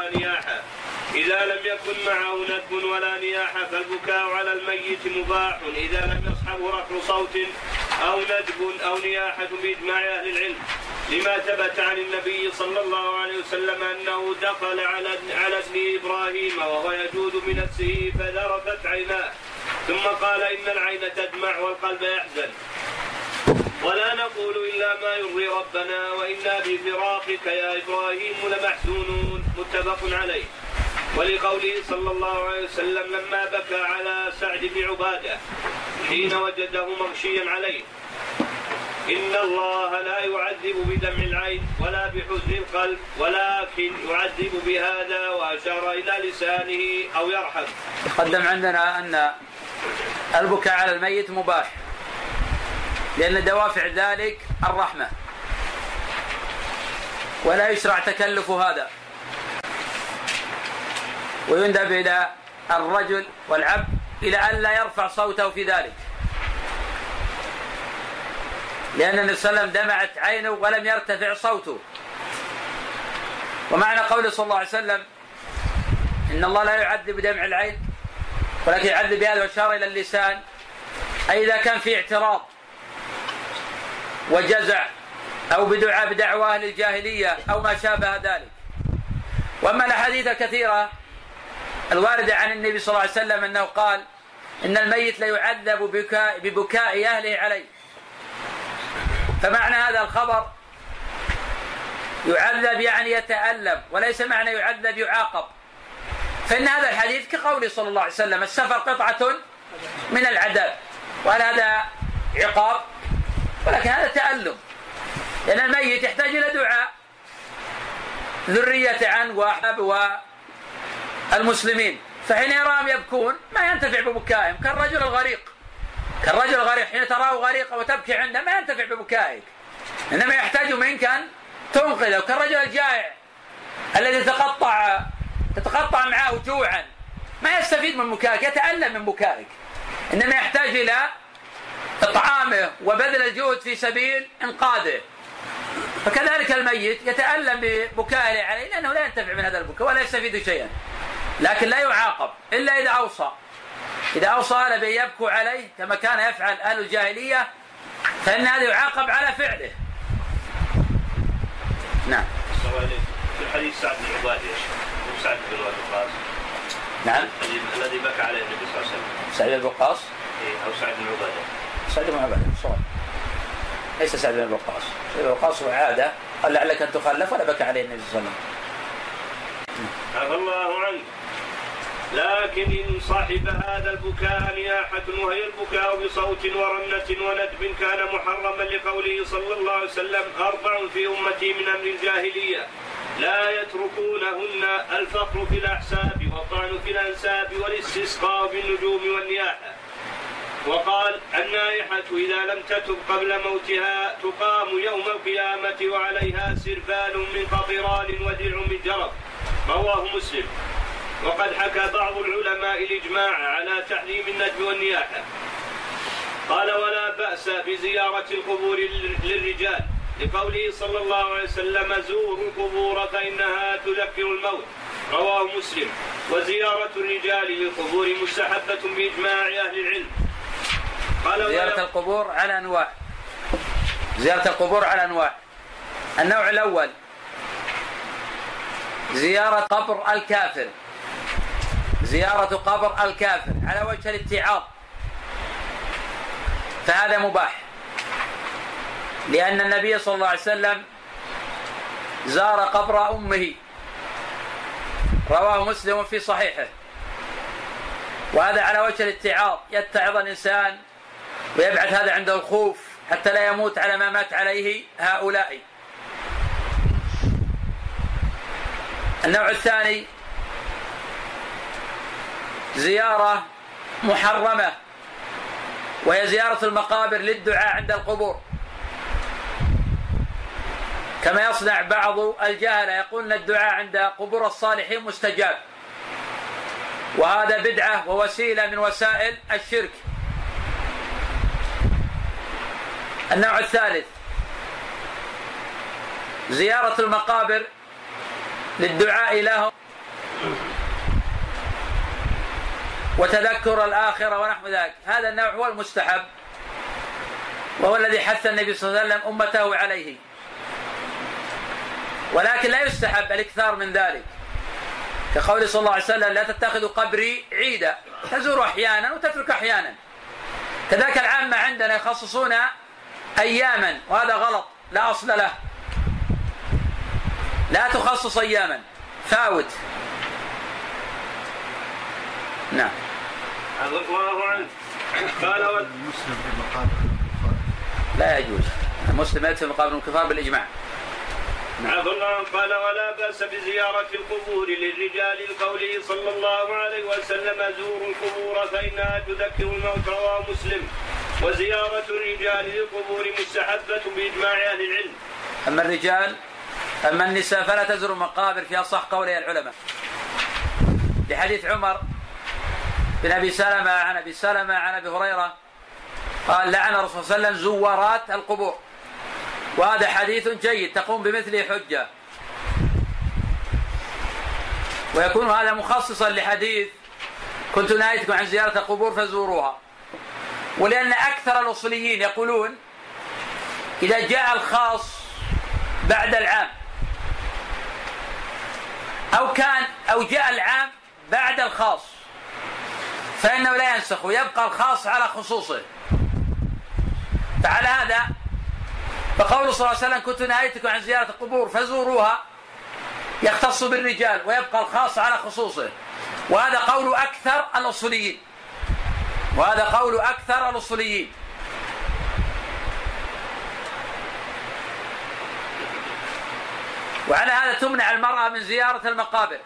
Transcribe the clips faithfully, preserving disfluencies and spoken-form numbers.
ولا نياحة. إذا لم يكن معه ندب ولا نياحة فالبكاء على الميت مباح إذا لم يصحبه رفع صوت أو ندب أو نياحة بإجماع أهل العلم، لما ثبت عن النبي صلى الله عليه وسلم أنه دخل على على ابن إبراهيم وهو يجود بنفسه فذرفت عيناه ثم قال إن العين تدمع والقلب يحزن، ولا نقول إلا ما يرضي ربنا وإنا بفراقك يا إبراهيم لمحزونون، متفق عليه. ولقوله صلى الله عليه وسلم لما بكى على سعد بن عبادة حين وجده مغشيا عليه إن الله لا يعذب بدمع العين ولا بحزن القلب ولكن يعذب بهذا، وأشار إلى لسانه أو يرحم. تقدم عندنا أن البكاء على الميت مباح لأن دوافع ذلك الرحمة، ولا يشرع تكلف هذا، ويندب إلى الرجل والعبد إلى أن لا يرفع صوته في ذلك، لأن النبي صلى الله عليه وسلم دمعت عينه ولم يرتفع صوته. ومعنى قوله صلى الله عليه وسلم إن الله لا يعذب بدمع العين ولكن يعذب بهذا، واشار إلى اللسان، أي إذا كان في اعتراض وجزع أو بدعاء بدعوى أهل الجاهلية أو ما شابه ذلك. وأما الأحاديث الكثيرة الواردة عن النبي صلى الله عليه وسلم أنه قال إن الميت لا يعذب ببكاء, ببكاء أهله عليه، فمعنى هذا الخبر يعذب يعني يتألم، وليس معنى يعذب يعاقب، فإن هذا الحديث كقوله صلى الله عليه وسلم السفر قطعة من العذاب، وهل هذا عقاب؟ ولكن هذا تألم، لأن الميت يحتاج إلى دعاء ذرية عنه وأحباب والمسلمين، فحين يراهم يبكون ما ينتفع ببكائهم، كالرجل الغريق كالرجل الغريق حين تراه غريقا وتبكي عنده ما ينتفع ببكائك، إنما يحتاج منك أن تنقذه، كالرجل الجائع الذي تقطع تتقطع معه جوعا ما يستفيد من بكائك، يتألم من بكائك، إنما يحتاج إلى إطعامه وبذل الجهد في سبيل إنقاذه. فكذلك الميت يتألم ببكائه عليه لأنه لا ينتفع من هذا البكاء ولا يستفيد شيئا، لكن لا يعاقب إلا إذا أوصى إذا أوصى أهله بأن يبكوا عليه كما كان يفعل أهل الجاهلية، فإن هذا يعاقب على فعله. نعم. في حديث سعد بن عبادة سعد بن وقاص نعم الذي بكى عليه النبي صلى الله عليه وسلم سعد بن وقاص أو سعد بن عبادة سعد بن عبادة صواب، ليس سعد بن وقاص. سعد بن وقاص وعادة قال لعلك أن تخلف ولا بكى عليه النبي صلى الله عليه وسلم. عفى الله عنه. لكن إن صاحب هذا البكاء نياحة وهي البكاء بصوت ورنة وندب كان محرما لقوله صلى الله عليه وسلم أربع في أمتي من أمر الجاهلية لا يتركونهن الفقر في الأحساب والطعن في الأنساب والاستسقاء بالنجوم والنياحة. وقال النائحة إذا لم تتب قبل موتها تقام يوم القيامة وعليها سربال من قطران ودرع من جرب، رواه مسلم. وقد حكى بعض العلماء الإجماع على تحريم الندب والنياحة. قال ولا بأس بزيارة القبور للرجال لقوله صلى الله عليه وسلم زوروا القبور فإنها تذكر الموت، رواه مسلم. وزيارة الرجال للقبور مستحبة بإجماع أهل العلم. قال زيارة القبور على أنواع زيارة القبور على أنواع النوع الأول زيارة قبر الكافر زيارة قبر الكافر على وجه الاتعاظ، فهذا مباح، لأن النبي صلى الله عليه وسلم زار قبر أمه، رواه مسلم في صحيحه، وهذا على وجه الاتعاظ، يتعظ الإنسان ويبعث هذا عند الخوف حتى لا يموت على ما مات عليه هؤلاء. النوع الثاني زيارة محرمة، وهي زيارة المقابر للدعاء عند القبور، كما يصنع بعض الجهلة يقولون الدعاء عند قبور الصالحين مستجاب، وهذا بدعة ووسيلة من وسائل الشرك. النوع الثالث زيارة المقابر للدعاء لهم وتذكر الآخرة ونحو ذلك. هذا النوع هو المستحب، وهو الذي حث النبي صلى الله عليه وسلم أمته عليه، ولكن لا يستحب الاكثار من ذلك، كقول صلى الله عليه وسلم: لا تتخذوا قبري عيدا، تزور أحيانا وتترك أحيانا. كذلك العامة عندنا يخصصون أياما، وهذا غلط لا أصل له. لا تخصص أياما، فاوت. نعم. الله عنه قال المسلم في مقابر الكفار لا يجوز المسلم يدفن مقابر الكفار بالإجماع. عفى الله قال: ولا بأس بزيارة القبور للرجال لقوله صلى الله عليه وسلم: زوروا القبور فإنها تذكر الموت. رواه مسلم. وزيارة الرجال للقبور مستحبة بإجماع أهل العلم. أما الرجال أما النساء فلا تزور المقابر في أصح قولي العلماء، لحديث عمر بن أبي سلمة عن أبي سلمة عن أبي هريرة قال: لعن الرسول صلى الله عليه وسلم زوارات القبور. وهذا حديث جيد تقوم بمثله حجة، ويكون هذا مخصصا لحديث: كنت نهيتكم عن زيارة القبور فزوروها. ولأن أكثر الأصوليين يقولون إذا جاء الخاص بعد العام أو كان أو جاء العام بعد الخاص فإنه لا ينسخ ويبقى الخاص على خصوصه. فعلى هذا فقول صلى الله عليه وسلم: كنت نهيتكم عن زيارة القبور فزوروها يختص بالرجال ويبقى الخاص على خصوصه. وهذا قول أكثر الأصوليين وهذا قول أكثر الأصوليين وعلى هذا تمنع المرأة من زيارة المقابر.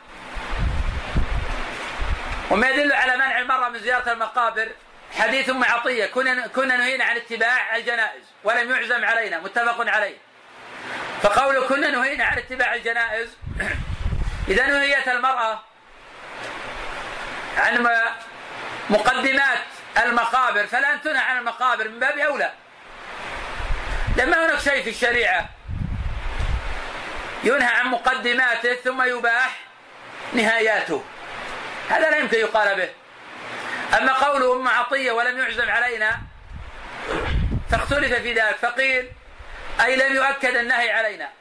وما يدل على منع المرأة من زيارة المقابر حديث أم عطية: كنا كنا نهينا عن اتباع الجنائز ولم يعزم علينا، متفق عليه. فقوله كنا نهينا عن اتباع الجنائز، إذا نهيت المرأة عن مقدمات المقابر فلا تنهى عن المقابر من باب أولى. لما هناك شيء في الشريعة ينهى عن مقدماته ثم يباح نهاياته، هذا لا يمكن يقال به. أما قوله أم عطية ولم يعزم علينا فاختلف في ذلك، فقيل أي لم يؤكد النهي علينا،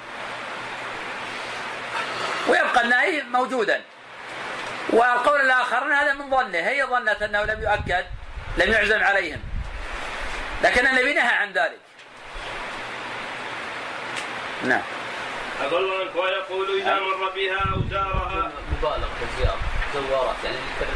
ويبقى النهي موجودا. والقول الآخر هذا من ظنه، هي ظنت أنه لم يؤكد لم يعزم عليهم، لكن النبي نهى عن ذلك. نعم. أظل ويقول إذا مر بها أو زارها مبالغ في الزيارة زوارات، يعني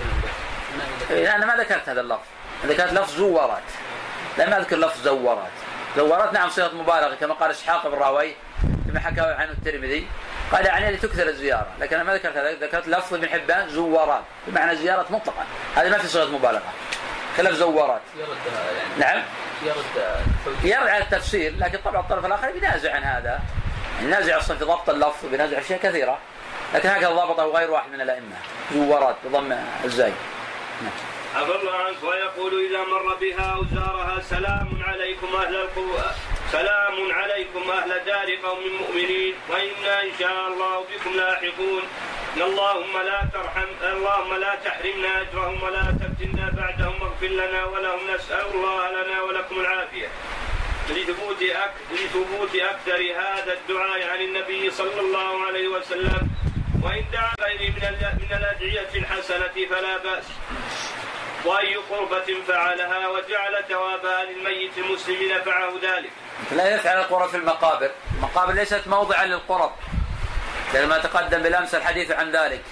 إيه أنا ما ذكرت هذا اللفظ، ذكرت لفظ زوارات، لا ما أذكر لفظ زوارات. زوارات نعم صيغة مبالغة كما قال إسحاق بن راهويه كما حكى عنه الترمذي، قال يعني لتكثر الزيارة، لكن أنا ما ذكرت هذا، ذكرت لفظ ابن حبان زوارات بمعنى زيارة مطلقا، هذا ما في صيغة مبالغة خلاف زوارات. يعني نعم يرد يرد على التفسير، لكن طبعا الطرف الآخر بينازع عن هذا، ينازع أصلا في ضبط اللفظ وبينازع أشياء كثيرة، لكن هكذا ضبطه غير واحد من الأئمة زوارات بضم الزاي. نعم. عفى الله عنك. ويقول إذا مر بها أو زارها: سلام عليكم أهل القبور، سلام عليكم أهل دار قوم مؤمنين، وإنا إن شاء الله بكم لاحقون. اللهم لا ترحم اللهم لا تحرمنا أجرهم ولا تفتنا بعدهم، واغفر لنا ولهم، نسأل الله لنا ولكم العافية. لثبوت أك... لثبوت أكثر هذا الدعاء عن النبي صلى الله عليه وسلم، وإن دعا غيره من, ال... من الأدعية الحسنة فلا بأس. وأي قربة فعلها وجعل ثوابها للميت المسلم نفعه ذلك. لا يفعل القرب في المقابر، المقابر ليست موضعا للقرب لما تقدم بالأمس الحديث عن ذلك،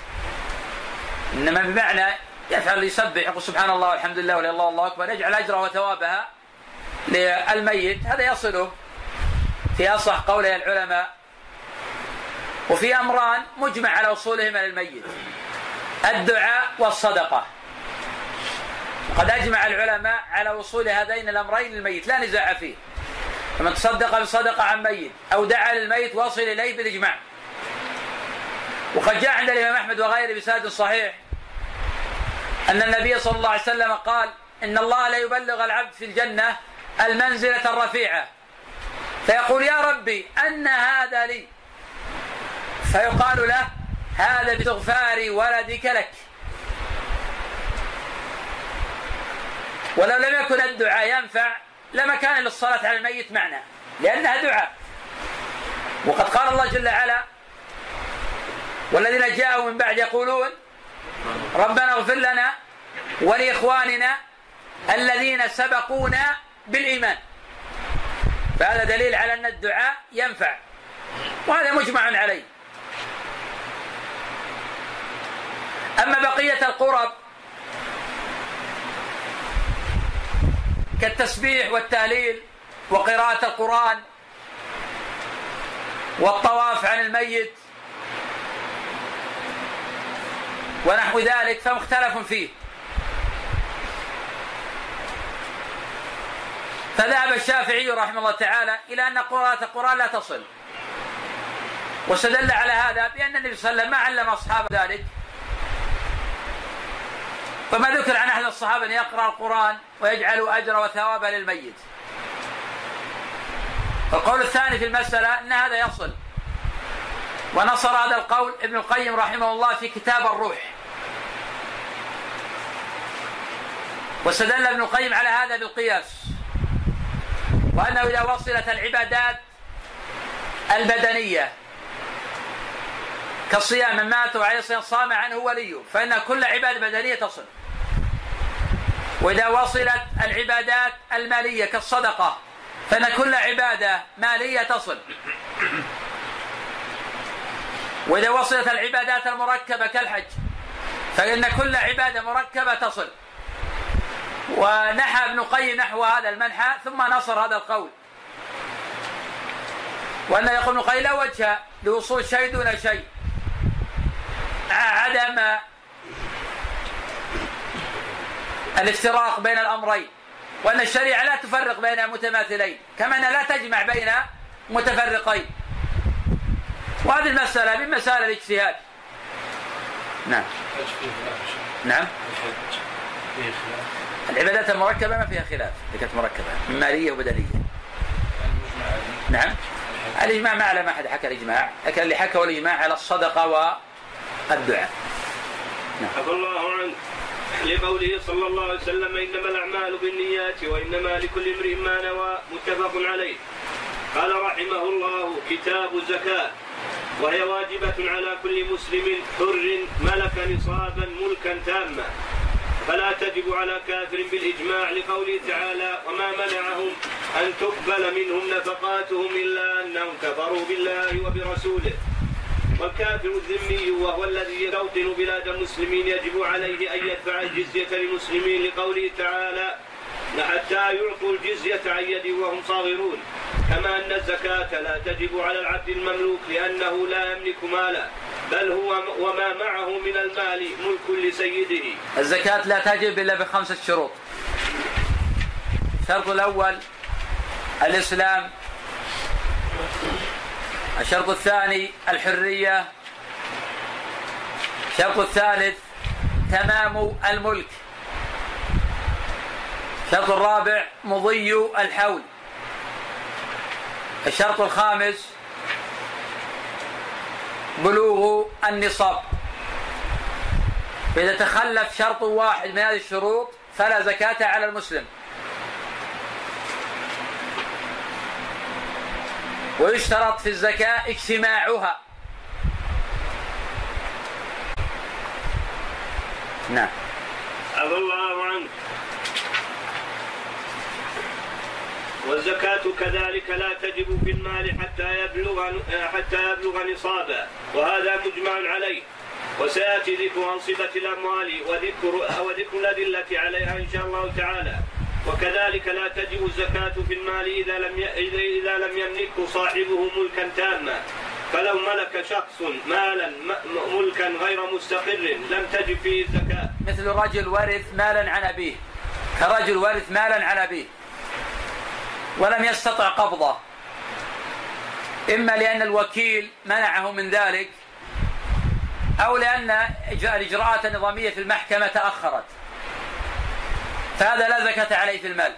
إنما بمعنى يفعل يسبح يقول سبحان الله والحمد لله ولا الله الله أكبر، يجعل أجره وثوابها للميت، هذا يصله في أصح قوله العلماء. وفي أمران مجمع على وصولهما للميت: الدعاء والصدقة. وقد أجمع العلماء على وصول هذين الأمرين للميت لا نزاع فيه، فمن تصدق بصدقة عن ميت أو دعا للميت وصل إليه بالإجماع. وقد جاء عند الإمام أحمد وغيره بسند صحيح أن النبي صلى الله عليه وسلم قال: إن الله لا يبلغ العبد في الجنة المنزلة الرفيعة فيقول: يا ربي أن هذا لي؟ فيقال له: هذا باستغفار ولدك لك. ولو لم يكن الدعاء ينفع لما كان للصلاة على الميت معنى، لأنها دعاء. وقد قال الله جل وعلا: والذين جاءوا من بعد يقولون ربنا اغفر لنا ولإخواننا الذين سبقونا بالإيمان. فهذا دليل على أن الدعاء ينفع، وهذا مجمع عليه. أما بقية القرب كالتسبيح والتهليل وقراءة القرآن والطواف عن الميت ونحو ذلك فمختلف فيه. فذهب الشافعي رحمه الله تعالى إلى أن قراءة القرآن لا تصل، واستدل على هذا بأن النبي صلى الله عليه وسلم ما علم أصحابه ذلك، فما ذكر عن أحد الصحابة أن يقرأ القرآن ويجعل أجر وثواب للميت. القول الثاني في المسألة أن هذا يصل، ونصر هذا القول ابن القيم رحمه الله في كتاب الروح. واستدل ابن القيم على هذا بالقياس، وأنه إذا وصلت العبادات البدنية كالصيام، من مات وعليه الصيام صام عنه وليه، فإن كل عبادة بدنية تصل. وإذا وصلت العبادات المالية كالصدقة، فإن كل عبادة مالية تصل. وإذا وصلت العبادات المركبة كالحج، فإن كل عبادة مركبة تصل. ونحى ابن القيم نحو هذا المنحى، ثم نصر هذا القول، وأنه يقول ابن القيم لا وجه لوصول شيء دون شيء، عدم الافتراق بين الأمرين، وأن الشريعة لا تفرق بين متماثلين كما أنها لا تجمع بين متفرقين. وهذه المسألة من مسائل الاجتهاد. نعم نعم العبادات المركبة ما فيها خلاف، كانت مركبة من مالية وبدنية. نعم الإجماع ما على ما أحد حكى الإجماع، لكن اللي حكوا الإجماع على الصدقة والدعاء. نعم. عفى الله عنه لقوله صلى الله عليه وسلم: إنما الأعمال بالنيات وإنما لكل امرئ ما نوى، متفق عليه. قال رحمه الله: كتاب الزكاة، وهي واجبة على كل مسلم حر ملك نصابا ملكا تاما، فلا تجب على كافر بالإجماع، لقوله تعالى: وما منعهم أن تقبل منهم نفقاتهم إلا أنهم كفروا بالله وبرسوله. والكافر الذمي وهو الذي يستوطن بلاد المسلمين يجب عليه أن يدفع الجزية للمسلمين، لقوله تعالى: حتى يعطوا الجزية عن يد وهم صاغرون. كما أن الزكاة لا تجب على العبد المملوك لأنه لا يملك مالا، بل هو وما معه من المال ملك لسيده. الزكاة لا تجب إلا بخمسة شروط. الشرط الأول الإسلام، الشرط الثاني الحرية، الشرط الثالث تمام الملك، الشرط الرابع مضي الحول، الشرط الخامس بلوغ النصاب. فإذا تخلف شرط واحد من هذه الشروط فلا زكاة على المسلم. ويشترط في الزكاة اجتماعها. نعم. عفى الله عنه. والزكاة كذلك لا تجب في المال حتى يبلغ حتى يبلغ نصابا، وهذا مجمع عليه. وسيأتي ذكر أنصبة الأموال وذكر وذكر الأدلة عليها إن شاء الله تعالى. وكذلك لا تجب الزكاة في المال إذا لم إذا لم يملكه صاحبه ملكا تاما، فلو ملك شخص مالا ملكا غير مستقر لم تجب فيه الزكاة. مثل رجل ورث مالا عن أبيه، كرجل ورث مالا عن أبيه ولم يستطع قبضه، إما لأن الوكيل منعه من ذلك، أو لأن الإجراءات النظامية في المحكمة تأخرت، فهذا لا زكاة عليه في المال.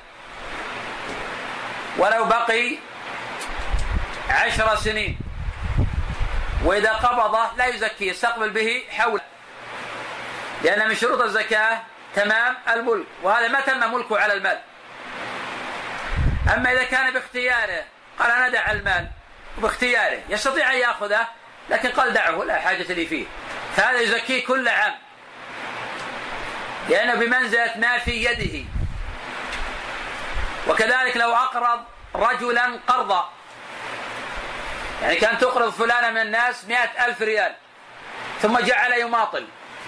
ولو بقي عشر سنين وإذا قبضه لا يزكيه، يستقبل به حول، لأن من شروط الزكاة تمام الملك، وهذا ما تم ملكه على المال. أما إذا كان باختياره قال أنا دع المال، وباختياره يستطيع أن يأخذه لكن قال دعه لا حاجة لي فيه، فهذا يزكيه كل عام، لأنه بمنزلة ما في يده. وكذلك لو أقرض رجلا قرضا، يعني كان تقرض فلانة من الناس مئة ألف ريال ثم جعل يماطل،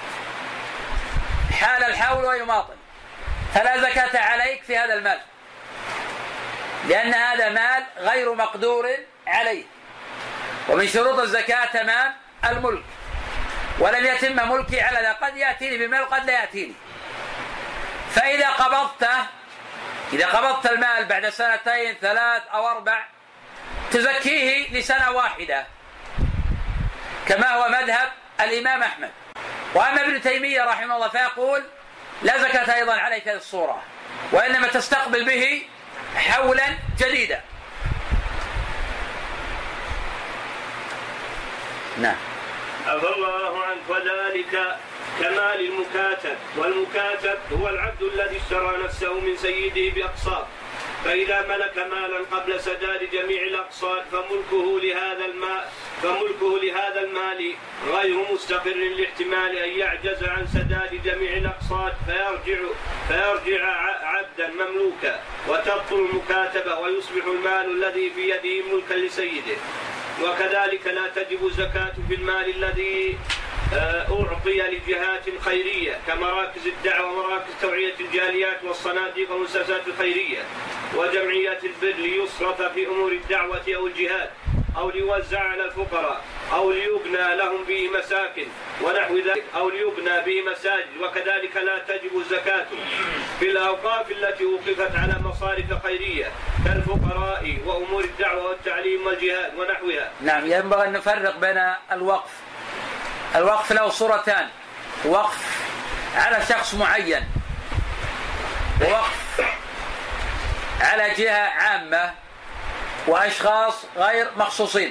حال الحول ويماطل، فلا زكاة عليك في هذا المال، لأن هذا مال غير مقدور عليه. ومن شروط الزكاة تمام الملك، ولم يتم ملكي على ذا، قد يأتيني بمال قد لا يأتيني. فإذا قبضته، إذا قبضت المال بعد سنتين ثلاث أو أربع تزكيه لسنة واحدة، كما هو مذهب الإمام أحمد. وأما ابن تيمية رحمه الله فيقول لا زكاة أيضا عليك هذه الصورة، وإنما تستقبل به حولا جديدا. نعم. عفى الله عنك. وذلك كمال المكاتب، والمكاتب هو العبد الذي اشترى نفسه من سيده بأقساط، فإذا ملك مالا قبل سداد جميع الأقساط فملكه لهذا المال فملكه لهذا المال غير مستقر لاحتمال أن يعجز عن سداد جميع الأقساط فيرجع فيرجع عبدا مملوكا، وتبطل المكاتبة ويصبح المال الذي في يده ملكا لسيده. وكذلك لا تجب الزكاة في المال الذي أعطي لجهات خيرية كمراكز الدعوة ومراكز توعية الجاليات والصناديق والمؤسسات الخيرية وجمعيات البر ليصرف في أمور الدعوة أو الجهاد، أو ليوزع على الفقراء، أو ليبنى لهم به مساكن ونحو ذلك، أو ليبنى به مساجد. وكذلك لا تجب الزكاة في الأوقاف التي وقفت على مصارف خيرية كالفقراء وأمور الدعوة والتعليم والجهاد ونحوها. نعم. ينبغي أن نفرق بين الوقف. الوقف له صورتان: وقف على شخص معين، ووقف على جهة عامة وأشخاص غير مخصوصين.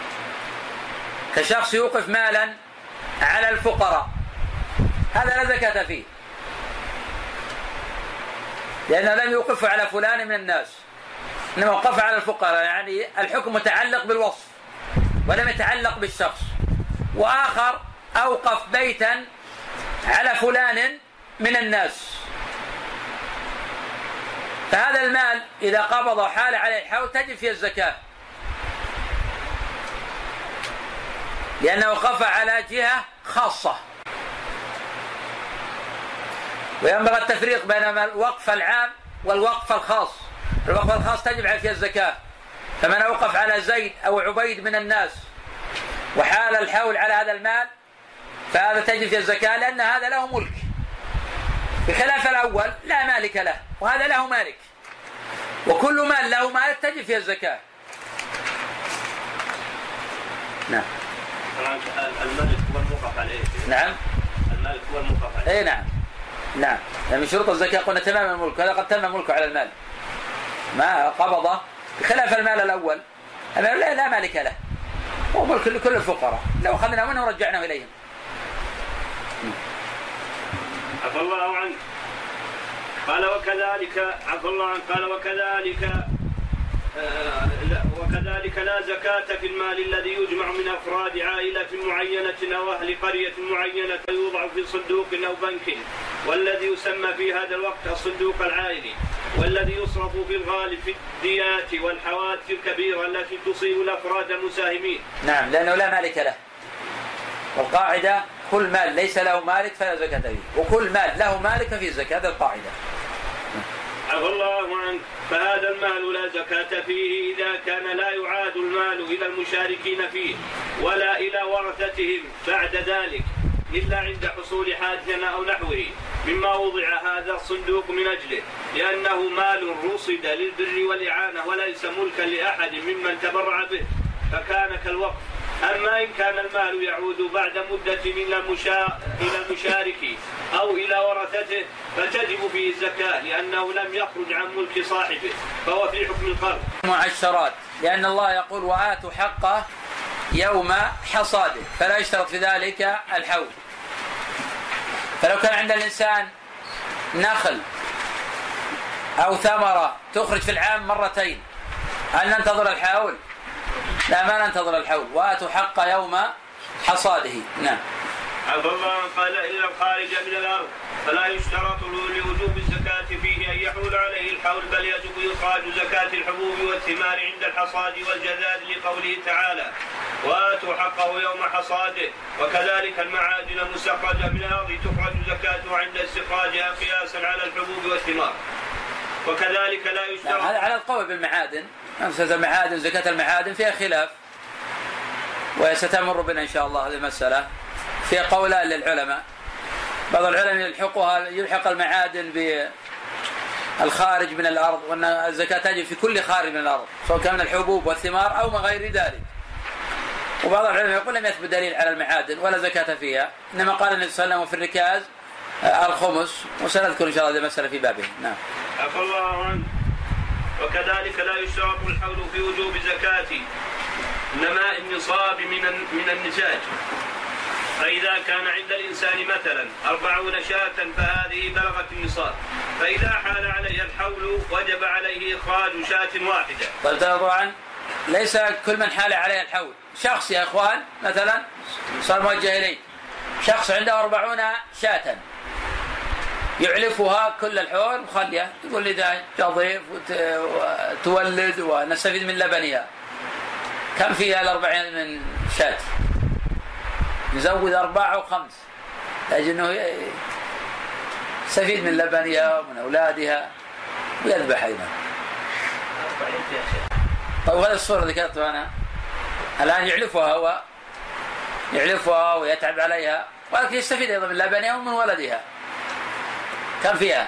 كشخص يوقف مالا على الفقراء، هذا لا زكاة فيه، لأنه لم يوقفه على فلان من الناس، إنما وقف على الفقراء، يعني الحكم متعلق بالوصف ولم يتعلق بالشخص. وآخر أوقف بيتا على فلان من الناس، فهذا المال إذا قبض حال عليه الحول تجب فيه الزكاة، لأنه وقف على جهة خاصة. وينبغي التفريق بين الوقف العام والوقف الخاص. الوقف الخاص تجب عليه فيه الزكاة، فمن أوقف على زيد أو عبيد من الناس وحال الحول على هذا المال فهذا تجب فيه الزكاة، لأن هذا له ملك، بخلاف الأول لا مالك له، وهذا له مالك، وكل مال له مالك تجب فيه الزكاة. نعم. الملك هو الموقف عليه. نعم. الملك هو الموقف عليه. اي نعم. نعم. يعني من شروط الزكاة قلنا تمام الملك، هذا قد تم ملكه على المال، ما قبضه، بخلاف المال الأول لا, لا مالك له، هو ملك لكل الفقراء، لو أخذنا منه ورجعناه إليهم. عفى الله عنك. قال وكذلك عفى الله عنك قال وكذلك آه لا وكذلك لا زكاة في المال الذي يجمع من أفراد عائلة معينة أو أهل قرية معينة يوضع في صندوق أو بنك، والذي يسمى في هذا الوقت الصندوق العائلي، والذي يصرف في الغالب في الديات والحوادث الكبيرة التي تصيب الأفراد المساهمين. نعم، لأنه لا مالك له، والقاعدة كل مال ليس له مالك فلا زكاة فيه، وكل مال له مالك ففيه الزكاة، هذه القاعدة. عفى الله عنك. فهذا المال لا زكاة فيه إذا كان لا يعاد المال إلى المشاركين فيه ولا إلى ورثتهم بعد ذلك إلا عند حصول حاجة أو نحوه مما وضع هذا الصندوق من أجله، لأنه مال رصد للبر والإعانة وليس ملكا لأحد ممن تبرع به، فكان كالوقف. أما إن كان المال يعود بعد مدة إلى المشارك أو إلى ورثته فتجب فيه الزكاة، لأنه لم يخرج عن ملك صاحبه، فهو في حكم القرض. معشرات، لأن الله يقول وآتوا حقه يوم حصاده، فلا يشترط في ذلك الحول. فلو كان عند الإنسان نخل أو ثمرة تخرج في العام مرتين، هل ننتظر الحول؟ لا، ما ننتظر الحول، وآتوا حق يوم حصاده. نعم. عفى الله قال إلا الخارج من الأرض فلا يشترط لوجوب الزكاة فيه أن يحول عليه الحول، بل يجب إخراج زكاة الحبوب والثمار عند الحصاد والجذاذ لقوله تعالى وآتوا حقه يوم حصاده. وكذلك المعادن المستخرجة من الأرض تخرج زكاتها عند استخراجها قياسا على الحبوب والثمار. وكذلك لا يشترط. هذا على القول بالمعادن، أمثلة المعادن زكاة المعادن فيها خلاف، وستمر بنا إن شاء الله هذه المسألة. في قولان للعلماء، بعض العلماء يلحقها يلحق المعادن بالخارج من الأرض، وأن الزكاة تجب في كل خارج من الأرض سواء كان من الحبوب والثمار أو ما غير ذلك. وبعض العلماء يقول لم يثبت دليل على المعادن ولا زكاة فيها، إنما قال النبي صلى الله عليه وسلم وفي الركاز الخمس، وسنذكر إن شاء الله هذه المسألة في بابه. نعم. عفى الله عنه. وكذلك لا يشترط الحول في وجوب زكاة نماء النصاب من من النتاج، فإذا كان عند الإنسان مثلا أربعون شاة فهذه بلغت النصاب، فإذا حال عليها الحول وجب عليه إخراج شاة واحدة. طيب طبعا ليس كل من حال عليه الحول، شخص يا إخوان مثلا صار موجه إليه شخص عنده أربعون شاة يعلفها كل الحول مخلية، يقول لي ده تضيف وتولد ونستفيد من لبنها، كم فيها الأربعين من شاة؟ نزود أربعة وخمس لأجل يستفيد من لبنها ومن أولادها ويذبح أيضا. طيب هذه الصورة ذكرتها أنا الآن يعلفها هو يعلفها ويتعب عليها، ولكن يستفيد أيضا من لبنها ومن ولدها. كم فيها؟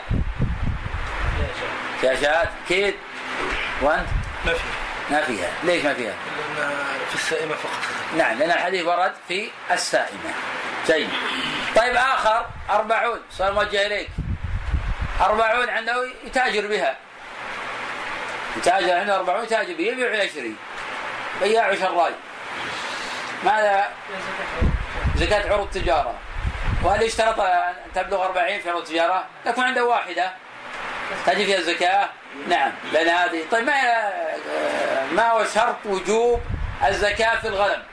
فيها شاة أكيد. وأنت؟ ما فيها. ما فيها. ليش ما فيها؟ في السائمة فقط. نعم، لأن الحديث ورد في السائمة. جيد. طيب آخر أربعون صار موجه إليك، أربعون عنده يتاجر بها، يتاجر عنده أربعون يتاجر بها، يبيع ويشتري، بياع وشراي. ماذا؟ زكاة عروض التجارة. وهل اشترط أن تبلغ أربعين في عروض التجارة؟ لكن عنده واحدة تجي فيها الزكاة. نعم، لأن هذه. طيب ما ما هو شرط وجوب الزكاة في الغنم؟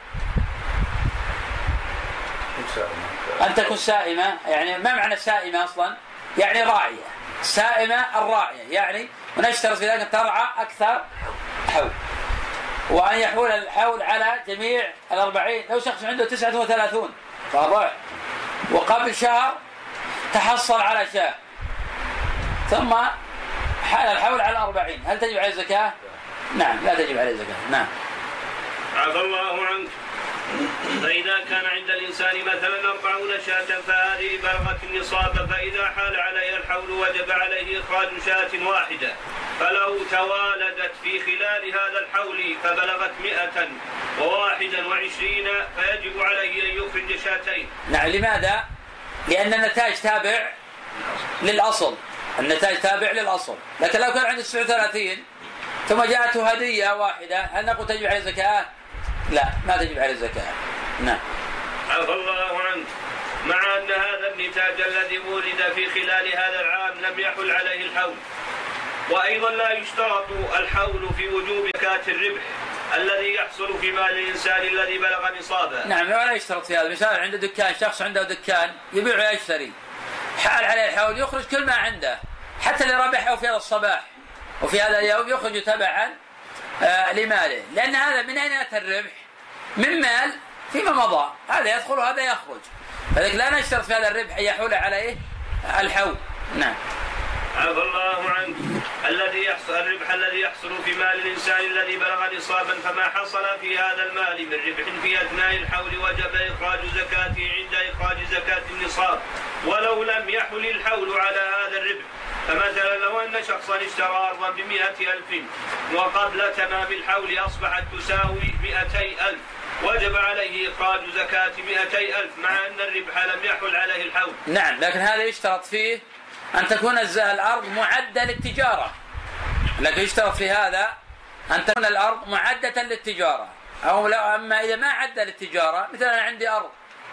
أن تكون سائمة. يعني ما معنى سائمة أصلا؟ يعني راعية. سائمة الراعية، يعني ونشترط في ذلك ترعى أكثر حول، وأن يحول الحول على جميع الأربعين. لو شخص عنده تسعة وثلاثون واضح وقبل شهر تحصل على شاه ثم حال الحول على أربعين، هل تجب عليه الزكاة؟ نعم، لا تجب عليه الزكاة. نعم. عفى الله عنك. فإذا كان عند الإنسان مثلا أربعون شاة فهذه بلغت النصاب، فإذا حال عليها الحول وجب عليه إخراج شاة واحدة، فلو توالدت في خلال هذا الحول فبلغت مئة وواحدا وعشرين فيجب عليه أن يخرج شاتين. نعم. لماذا؟ لأن النتاج تابع للأصل، النتاج تابع للأصل. لكن لو كان عنده تسعة وثلاثين ثم جاءته هدية واحدة، هل نقول تجب عليه الزكاة؟ لا، ما تجب عليه الزكاة. نعم. عفى الله عنك. مع أن هذا النتاج الذي ولد في خلال هذا العام لم يحل عليه الحول. وأيضا لا يشترط الحول في وجوب زكاة الربح الذي يحصل في مال الإنسان الذي بلغ نصابه. نعم، ولا يشترط في هذا. مثال عنده دكان، شخص عنده دكان يبيع ويشتري، حال عليه الحول يخرج كل ما عنده حتى اللي ربحه في هذا الصباح وفي هذا اليوم يخرج تبعا آه لماله، لأن هذا من أين أتى الربح؟ من مال فيما مضى، هذا يدخل وهذا يخرج، فلذلك لا نشترط في هذا الربح أن يحول عليه الحول. نعم. عفى الله عنك. الذي يحصل الربح الذي يحصل في مال الإنسان الذي بلغ نصابا، فما حصل في هذا المال من ربح في أثناء الحول وجب إخراج زكاته عند إخراج زكاة النصاب ولو لم يحل الحول على هذا الربح. فمثلا لو أن شخصا اشترى أرضا بمئة ألف وقبل تمام الحول أصبحت تساوي مئتي ألف، وجب عليه إخراج زكاة مئتي ألف مع أن الربح لم يحل عليه الحول. نعم، لكن هذا يشترط فيه أن تكون الأرض معدة للتجارة، لكن يشترط في هذا أن تكون الأرض معدة للتجارة، أو لا. أما إذا ما عد للتجارة، مثلا أنا عندي أرض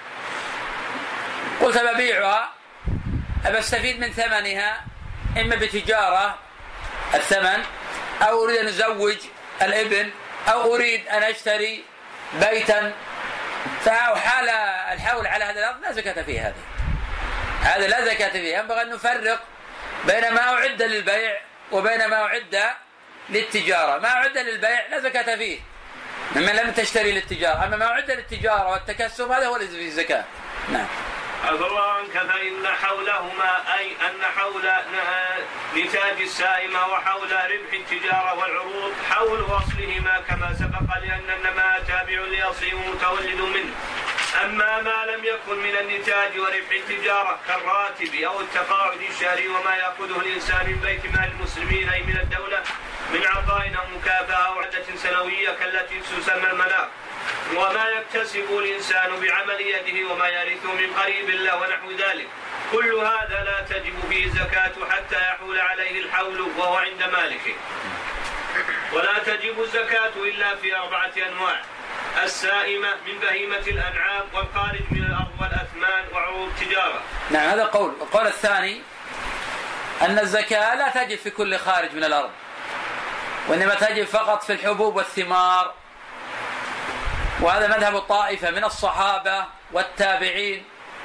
قلت ببيعها أبستفيد من ثمنها إما بتجارة الثمن، أو أريد أن أزوج الابن، أو أريد أن أشتري بيتا، فحال الحول على هذا الأرض لا زكاة فيه. هذه هذا لا زكاة فيه. ينبغي أن نفرق بين ما أعد للبيع وبين ما أعد للتجارة. ما أعد للبيع لا زكاة فيه ممن لم تشتري للتجارة، أما ما أعد للتجارة والتكسب هذا هو الذي فيه الزكاة. نعم. عفى الله عنك. فإن حولهما أي أن حول نتاج السائمة وحول ربح التجارة والعروض حول أصلهما كما سبق، لأن النماء تابع لأصله متولد منه. أما ما لم يكن من النتاج وربح التجارة كالراتب أو التقاعد الشهري وما يأخذه الإنسان من بيت مال المسلمين أي من الدولة من عطاء أو مكافأة أو عدة سنوية كالتي تسمى المناق، وما يكتسب الإنسان بعمل يده وما يرثه من قريب الله ونحو ذلك، كل هذا لا تجب فيه زكاة حتى يحول عليه الحول وهو عند مالكه. ولا تجب الزكاة إلا في أربعة أنواع: السائمة من بهيمة الأنعام، والخارج من الأرض والأثمان وعروض التجارة. نعم، هذا قول. القول الثاني أن الزكاة لا تجب في كل خارج من الأرض، وإنما تجب فقط في الحبوب والثمار، وهذا مذهب الطائفة من الصحابة والتابعين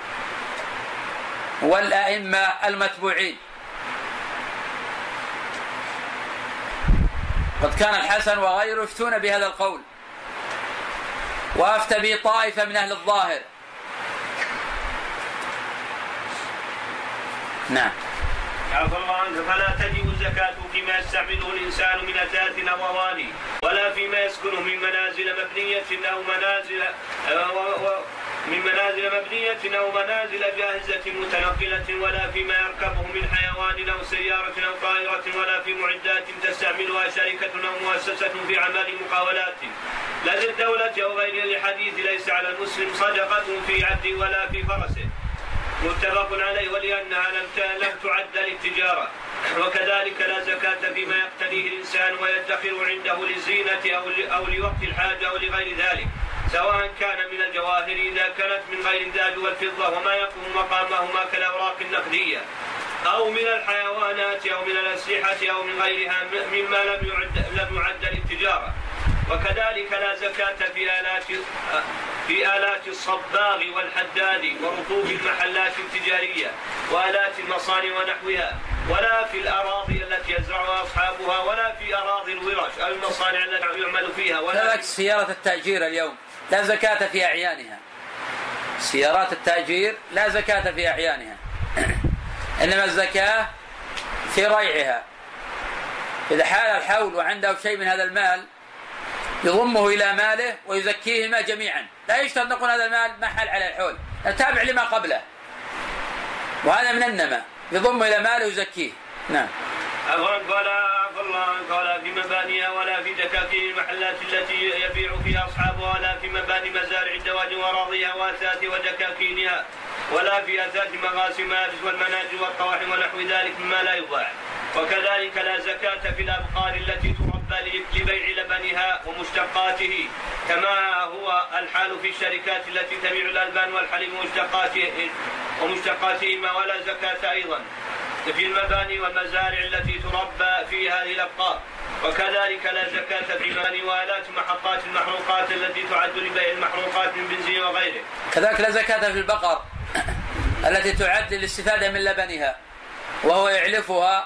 والأئمة المتبوعين. قد كان الحسن وغيره يفتون بهذا القول، وأفتى به طائفة من أهل الظاهر. نعم. عفى الله عنك. فلا تجب الزكاة فيما يستعمله الإنسان من أثاث أو أواني، ولا فيما يسكنه من منازل مبنية أو منازل من منازل مبنية أو منازل جاهزة متنقلة، ولا فيما يركبه من حيوان أو سيارة أو طائرة، ولا في معدات تستعملها شركة أو مؤسسة في عمل مقاولات لا للدولة أو غير الحديث ليس على المسلم صدقة في عبده ولا في فرسه، متفق عليه، ولأنها لم تعد للتجارة. وكذلك لا زكاة فيما يقتنيه الإنسان ويدخر عنده للزينة أو لوقت الحاجة أو لغير ذلك، سواء كان من الجواهر إذا كانت من غير الذهب والفضة وما يقوم مقامهما كالأوراق النقدية، أو من الحيوانات أو من الأسلحة أو من غيرها مما لم يعد لم يعد للتجارة. وكذلك لا زكاة في آلات في آلات الصباغ والحداد ورطوب المحلات التجارية وآلات المصانع ونحوها، ولا في الأراضي التي يزرعها أصحابها، ولا في أراضي الورش أو المصانع التي يعمل فيها، ولا في سيارة التأجير اليوم لا زكاة في أعيانها. سيارات التأجير لا زكاة في أعيانها، إنما الزكاة في ريعها. إذا حال الحول وعنده شيء من هذا المال يضمه إلى ماله ويزكيهما جميعا، لا يشترط نقول هذا المال ما حل على الحول، تابع لما قبله، وهذا من النماء، يضمه إلى ماله ويزكيه. نعم. ولا ولا في مبانيها ولا في دكاكين المحلات التي يبيع فيها أصحابها، ولا في مباني مزارع الدواجن وأراضيها وأثاث ودكاكينها، ولا في أثاث مغاسي المآبس والمنازل والطواحن ونحو ذلك مما لا يباع. وكذلك لا زكاة في الأبقار التي تربى لبيع لبنها ومشتقاته، كما هو الحال في الشركات التي تبيع الألبان والحليب ومشتقاتهما، ولا زكاة أيضا في المباني والمزارع التي تربى في هذه الأبقار. وكذلك لا زكاة في مباني وآلات محطات المحروقات التي تعد لبيع المحروقات من بنزين وغيره. كذلك لا زكاة في البقر التي تعد للاستفادة من لبنها وهو يعلفها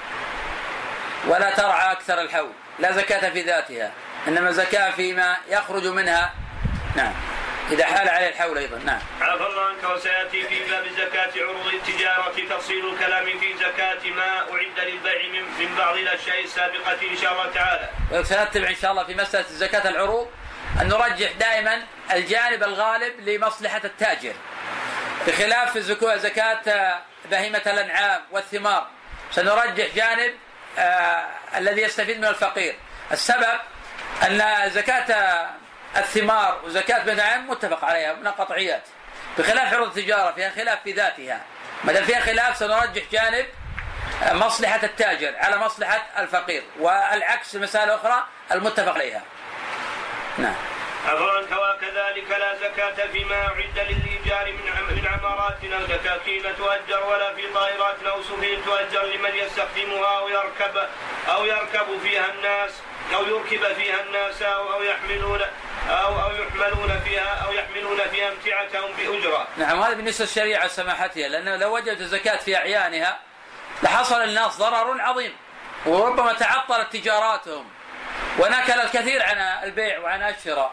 ولا ترعى أكثر الحول، لا زكاة في ذاتها، إنما زكاة فيما يخرج منها. نعم. إذا حال عليه الحول أيضا. نعم. عفى الله عنك. وسيأتي في باب الزكاة عروض التجارة تفصيل الكلام في زكاة ما أعد للبيع من بعض الأشياء السابقة إن شاء الله تعالى. وسنتبع إن شاء الله في مسألة زكاة العروض أن نرجح دائما الجانب الغالب لمصلحة التاجر، بخلاف زكاة بهيمة الأنعام والثمار سنرجح جانب آه الذي يستفيد من الفقير. السبب أن زكاة الثمار وزكاة بهيمة الأنعام متفق عليها من القطعيات، بخلاف عروض التجارة فيها خلاف في ذاتها. ما دام فيها خلاف سنرجح جانب مصلحة التاجر على مصلحة الفقير، والعكس المسألة الأخرى المتفق عليها. نعم. أفرنك وكذلك لا زكاة فيما أعد للإيجار من عمارات أو دكاكين تؤجر ولا في طائرات أو سفن تؤجر لمن يستخدمها أو يركب أو يركب فيها الناس أو يركب فيها الناس أو, أو يحملون أو أو يحملون فيها أو يحملون فيها أمتعتهم بأجرة. نعم، هذا بالنسبة للشريعة سماحتها، لأنه لو وجدت الزكاة في أعيانها لحصل الناس ضرر عظيم، وربما تعطلت تجاراتهم ونكل الكثير عن البيع وعن الشراء،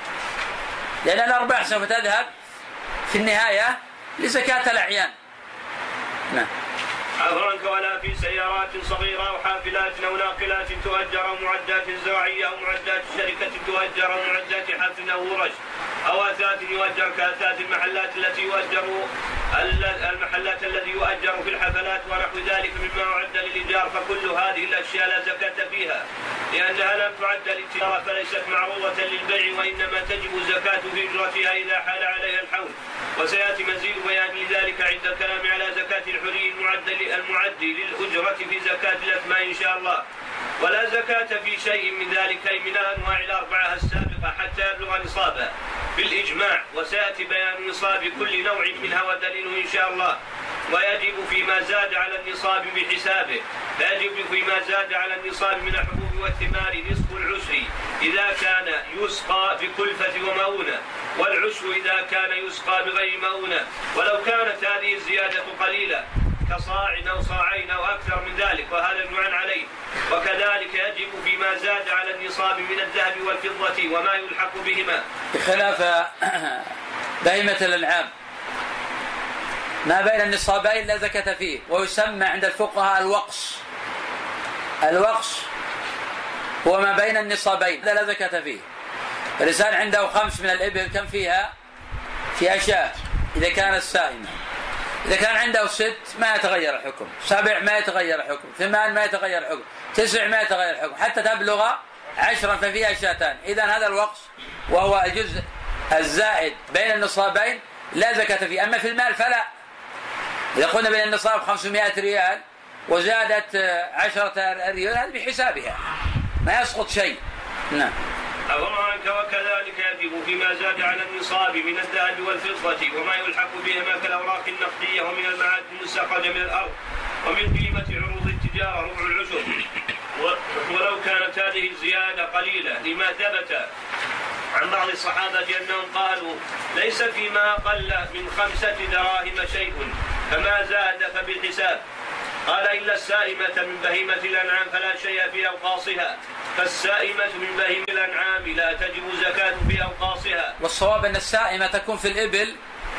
لأن الأرباح سوف تذهب في النهاية لزكاة الأعيان. نعم. أفرنك ولا في سيارات صغيرة أو حافلات أو ناقلات تؤجر أو معدات زراعية أو معدات شركة تؤجر أو معدات حفل أو ورش أو أثاث يؤجر كأثاث المحلات التي يؤجر المحلات التي يؤجر في الحفلات ونحو ذلك مما أعد للإيجار، فكل هذه الأشياء لا زكاة فيها لأنها لم تعد للتجارة فليست معروضة للبيع، وإنما تجب الزكاة في أجرتها إذا حال عليها الحول. وسيأتي مزيد بيان لذلك عند الكلام على زكاة الحلي المعد للأجرة في زكاة الأثمان إن شاء الله. ولا زكاة في شيء من ذلك أي من الأنواع الأربعة السابقة حتى يبلغ نصابا بالإجماع، وسيأتي بيان نصاب كل نوع منها ودليله إن شاء الله. ويجب فيما زاد على النصاب بحسابه، فيجب فيما زاد على النصاب من الحبوب والثمار نصف العشر إذا كان يسقى بكلفة ومؤونة، والعشر إذا كان يسقى بغير مؤونة، ولو كانت هذه الزيادة قليلة كصاع أو صاعين أو أكثر من ذلك، وهذا مجمع عليه. وكذلك يجب فيما زاد على النصاب من الذهب والفضة وما يلحق بهما، بخلاف بهيمة الأنعام ما بين النصابين لا زكاة فيه، ويسمى عند الفقهاء الوقص. الوقص هو ما بين النصابين لا زكاة فيه. الإنسان عنده خمس من الإبل، كم فيها؟ فيها شاة إذا كانت سائمة. إذا كان عنده ست ما يتغير الحكم، سبع ما يتغير الحكم، ثمان ما يتغير الحكم، تسع ما يتغير الحكم، حتى تبلغ عشرا ففيها شاتان. إذن هذا الوقص وهو الجزء الزائد بين النصابين لا زكاة فيه. أما في المال فلا، إذا قلنا بين النصاب خمسمائة ريال وزادت عشرة ريال هذا بحسابها ما يسقط شيء. نعم. أفرنك وكذلك يجب فيما زاد على النصاب من الذهب والفضة وما يلحق بهما كالأوراق النقدية ومن المعادن المستخرجة من الأرض ومن قيمة عروض التجارة ربع العشر، ولو كانت هذه الزيادة قليلة، لما ثبت عن بعض الصحابة أنهم قالوا ليس فيما قل من خمسة دراهم شيء فما زاد فبالحساب. قال إلا السائمة من بهيمة الأنعام فلا شيء في أوقاصها، فالسائمة من بهيمة الأنعام لا تجب زكاة في أوقاصها. والصواب أن السائمة تكون في الإبل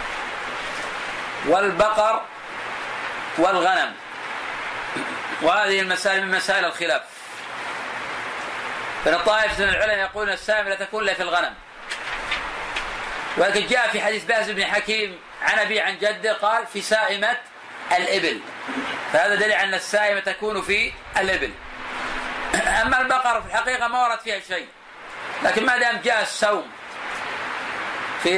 والبقر والغنم، وهذه المسائل من مسائل الخلاف. فإن الطائفة من العلماء يقولون السائمة لا تكون إلا في الغنم، ولكن جاء في حديث باز بن حكيم عن أبي عن جده قال في سائمة الإبل، فهذا دليل أن السائمة تكون في الإبل. أما البقر في الحقيقة ما ورد فيها شيء، لكن ما دام جاء السوم في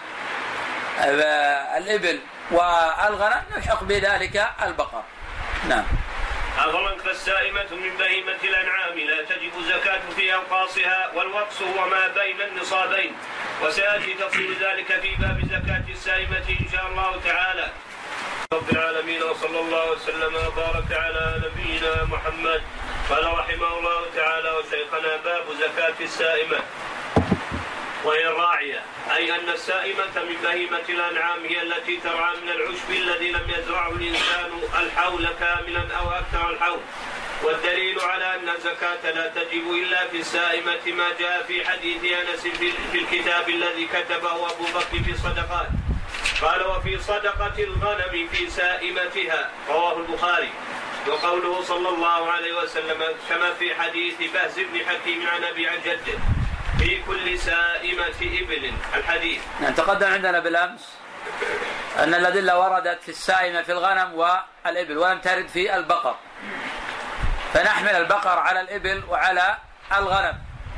الإبل والغنم نلحق بذلك البقر. نعم. أفرنك فالسائمة من بهيمة الأنعام لا تجب زكاة في أوقاصها، والوقص هو ما بين النصابين، وسيأتي تفصيل ذلك في باب زكاة السائمة إن شاء الله تعالى. رب العالمين، وصلى الله وسلم وبارك على نبينا محمد. قال رحمه الله تعالى: وشيخنا باب زكاة السائمة وهي الراعية، أي أن السائمة من بهيمة الأنعام هي التي ترعى من العشب الذي لم يزرعه الإنسان الحول كاملا أو أكثر الحول. والدليل على أن الزكاة لا تجب إلا في السائمة ما جاء في حديث أنس في الكتاب الذي كتبه أبو بكر في الصدقات، قال: وفي صدقة الغنم في سائمتها، رواه البخاري. وقوله صلى الله عليه وسلم كما في حديث بهز بن حكيم عن أبي عن جده: في كل سائمة إبل، الحديث. تقدم عندنا بالأمس أن الأدلة وردت في السائمة في الغنم والإبل ولم ترد في البقر، فنحمل البقر على الإبل وعلى الغنم.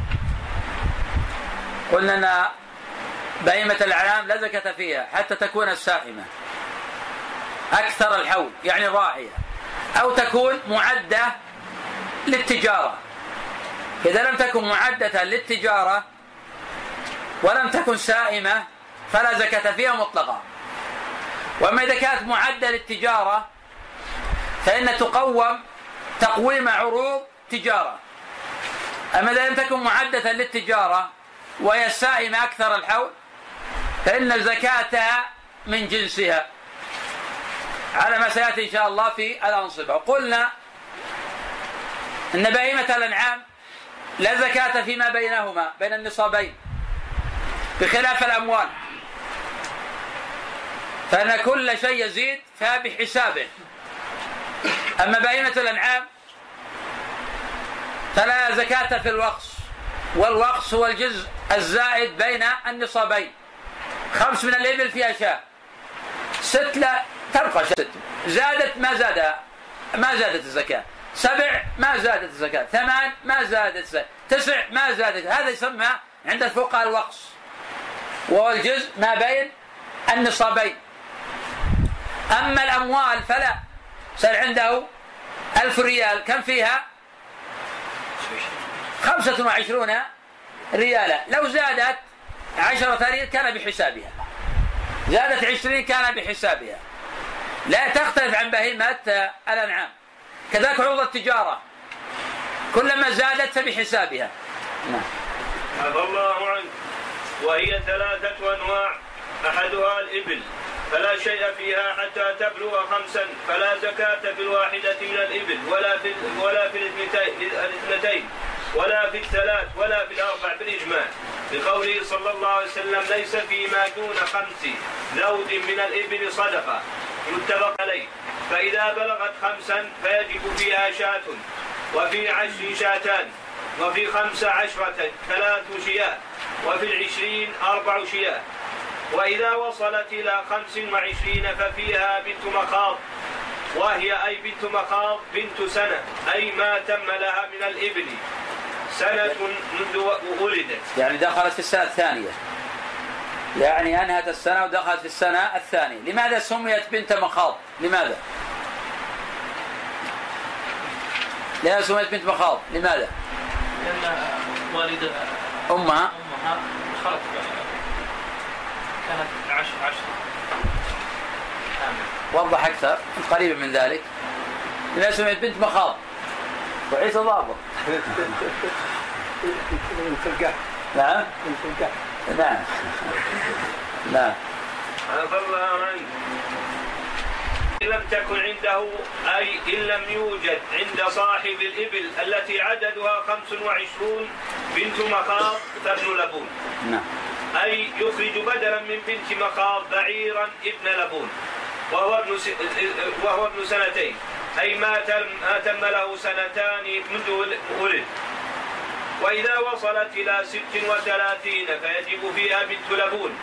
قلنا أن بهيمة الأنعام لا زكاة فيها حتى تكون السائمة أكثر الحول، يعني راعية، أو تكون معدة للتجارة. إذا لم تكن معدة للتجارة ولم تكن سائمة فلا زكاة فيها مطلقا. وأما إذا كانت معدة للتجارة فإن تقوم تقويم عروض تجارة. أما إذا لم تكن معدة للتجارة وهي سائمة أكثر الحول فإن زكاتها من جنسها على ما سيأتي إن شاء الله في الأنصبة. وقلنا إن بهيمة الأنعام لا زكاة فيما بينهما بين النصابين بخلاف الأموال، فإن كل شيء يزيد فبحسابه. أما بهيمة الأنعام فلا زكاة في الوقص، والوقص هو الجزء الزائد بين النصابين. خمس من الإبل فيها شاة، ست لا تبقى ست، زادت ما زادها ما زادت الزكاة، سبع ما زادت الزكاة، ثمان ما زادت الزكاة، تسع ما زادت. هذا يسمى عند الفقهاء الوقص، وهو الجزء ما بين النصابين. أما الأموال فلا، صار عنده ألف ريال كم فيها؟ خمسة وعشرون ريالا. لو زادت عشرة ريال كان بحسابها، زادت عشرين كان بحسابها، لا تختلف عن بهيمة الأنعام. كذلك عروض التجارة كلما زادت فبحسابها. عفى الله عنك. وهي ثلاثة أنواع، أحدها الإبل فلا شيء فيها حتى تبلغ خمسا، فلا زكاة في الواحدة من الإبل ولا في ولا في الاثنتين ولا في الثلاث ولا في الأربع بالإجماع، لقوله صلى الله عليه وسلم: ليس فيما دون خمس ذود من الإبل صدقة، متفق عليه. فإذا بلغت خمسا فيجب فيها شاة، وفي عشر شاتان، وفي خمس عشرة ثلاث شياه، وفي العشرين أربع شياه. وإذا وصلت إلى خمس وعشرين ففيها بنت مخاض، وهي أي بنت مخاض بنت سنة، أي ما تم لها من الإبل سنة منذ ولدت، يعني دخلت في السنة الثانية، يعني أنهت السنة ودخلت في السنة الثانية. لماذا سميت بنت مخاض؟ لماذا؟ لماذا سميت بنت مخاض؟ لماذا؟ لأن والدة أمها أمها خلت كانت عشر عشر. وضح أكثر قريبا من ذلك. لماذا سميت بنت مخاض؟ وعيسى ضابط. نعم نعم نعم. عفى الله عنك. إن لم تكن عنده، أي إن لم يوجد عند صاحب الإبل التي عددها خمس وعشرون بنت مخاض فابن لبون، نعم، أي يخرج بدلا من بنت مخاض بعيرا ابن لبون، وهو ابن س... وهو ابن سنتين، أي ما تم... ما تم له سنتان منذ ولد. وإذا وصلت إلى ست وثلاثين فيجب فيها بنت لبون.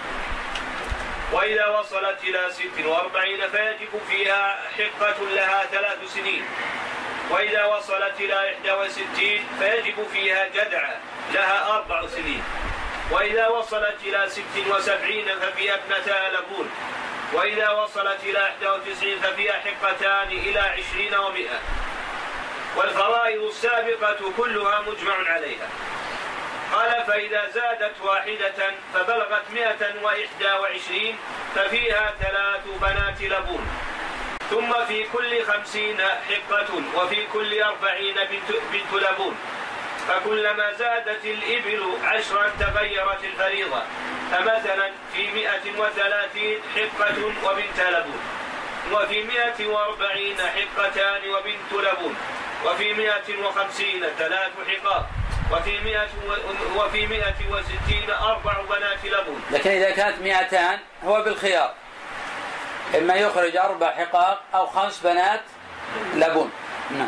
وإذا وصلت إلى ست وأربعين فيجب فيها حقة لها ثلاث سنين. وإذا وصلت إلى إحدى وستين فيجب فيها جدعة لها أربع سنين. وإذا وصلت إلى ست وسبعين ففيها ابنتا لبون. وإذا وصلت إلى إحدى وتسعين ففيها حقتان إلى عشرين ومئة. والفرائض السابقة كلها مجمع عليها. قال: فإذا زادت واحدة فبلغت مئة وإحدى وعشرين ففيها ثلاث بنات لبون. ثم في كل خمسين حقة، وفي كل أربعين بنت, بنت لبون. فكلما زادت الإبل عشرا تغيرت الفريضة. فمثلا في مئة وثلاثين حقة وبنت لبون، وفي مئة وأربعين حقتان وبنت لبون، وفي مئة وخمسين ثلاث حقات، وفي مئة و... وفي مئة وستين أربع بنات لبون. لكن إذا كانت مئتان هو بالخيار، إما يخرج أربع حقاق أو خمس بنات لبون. نعم.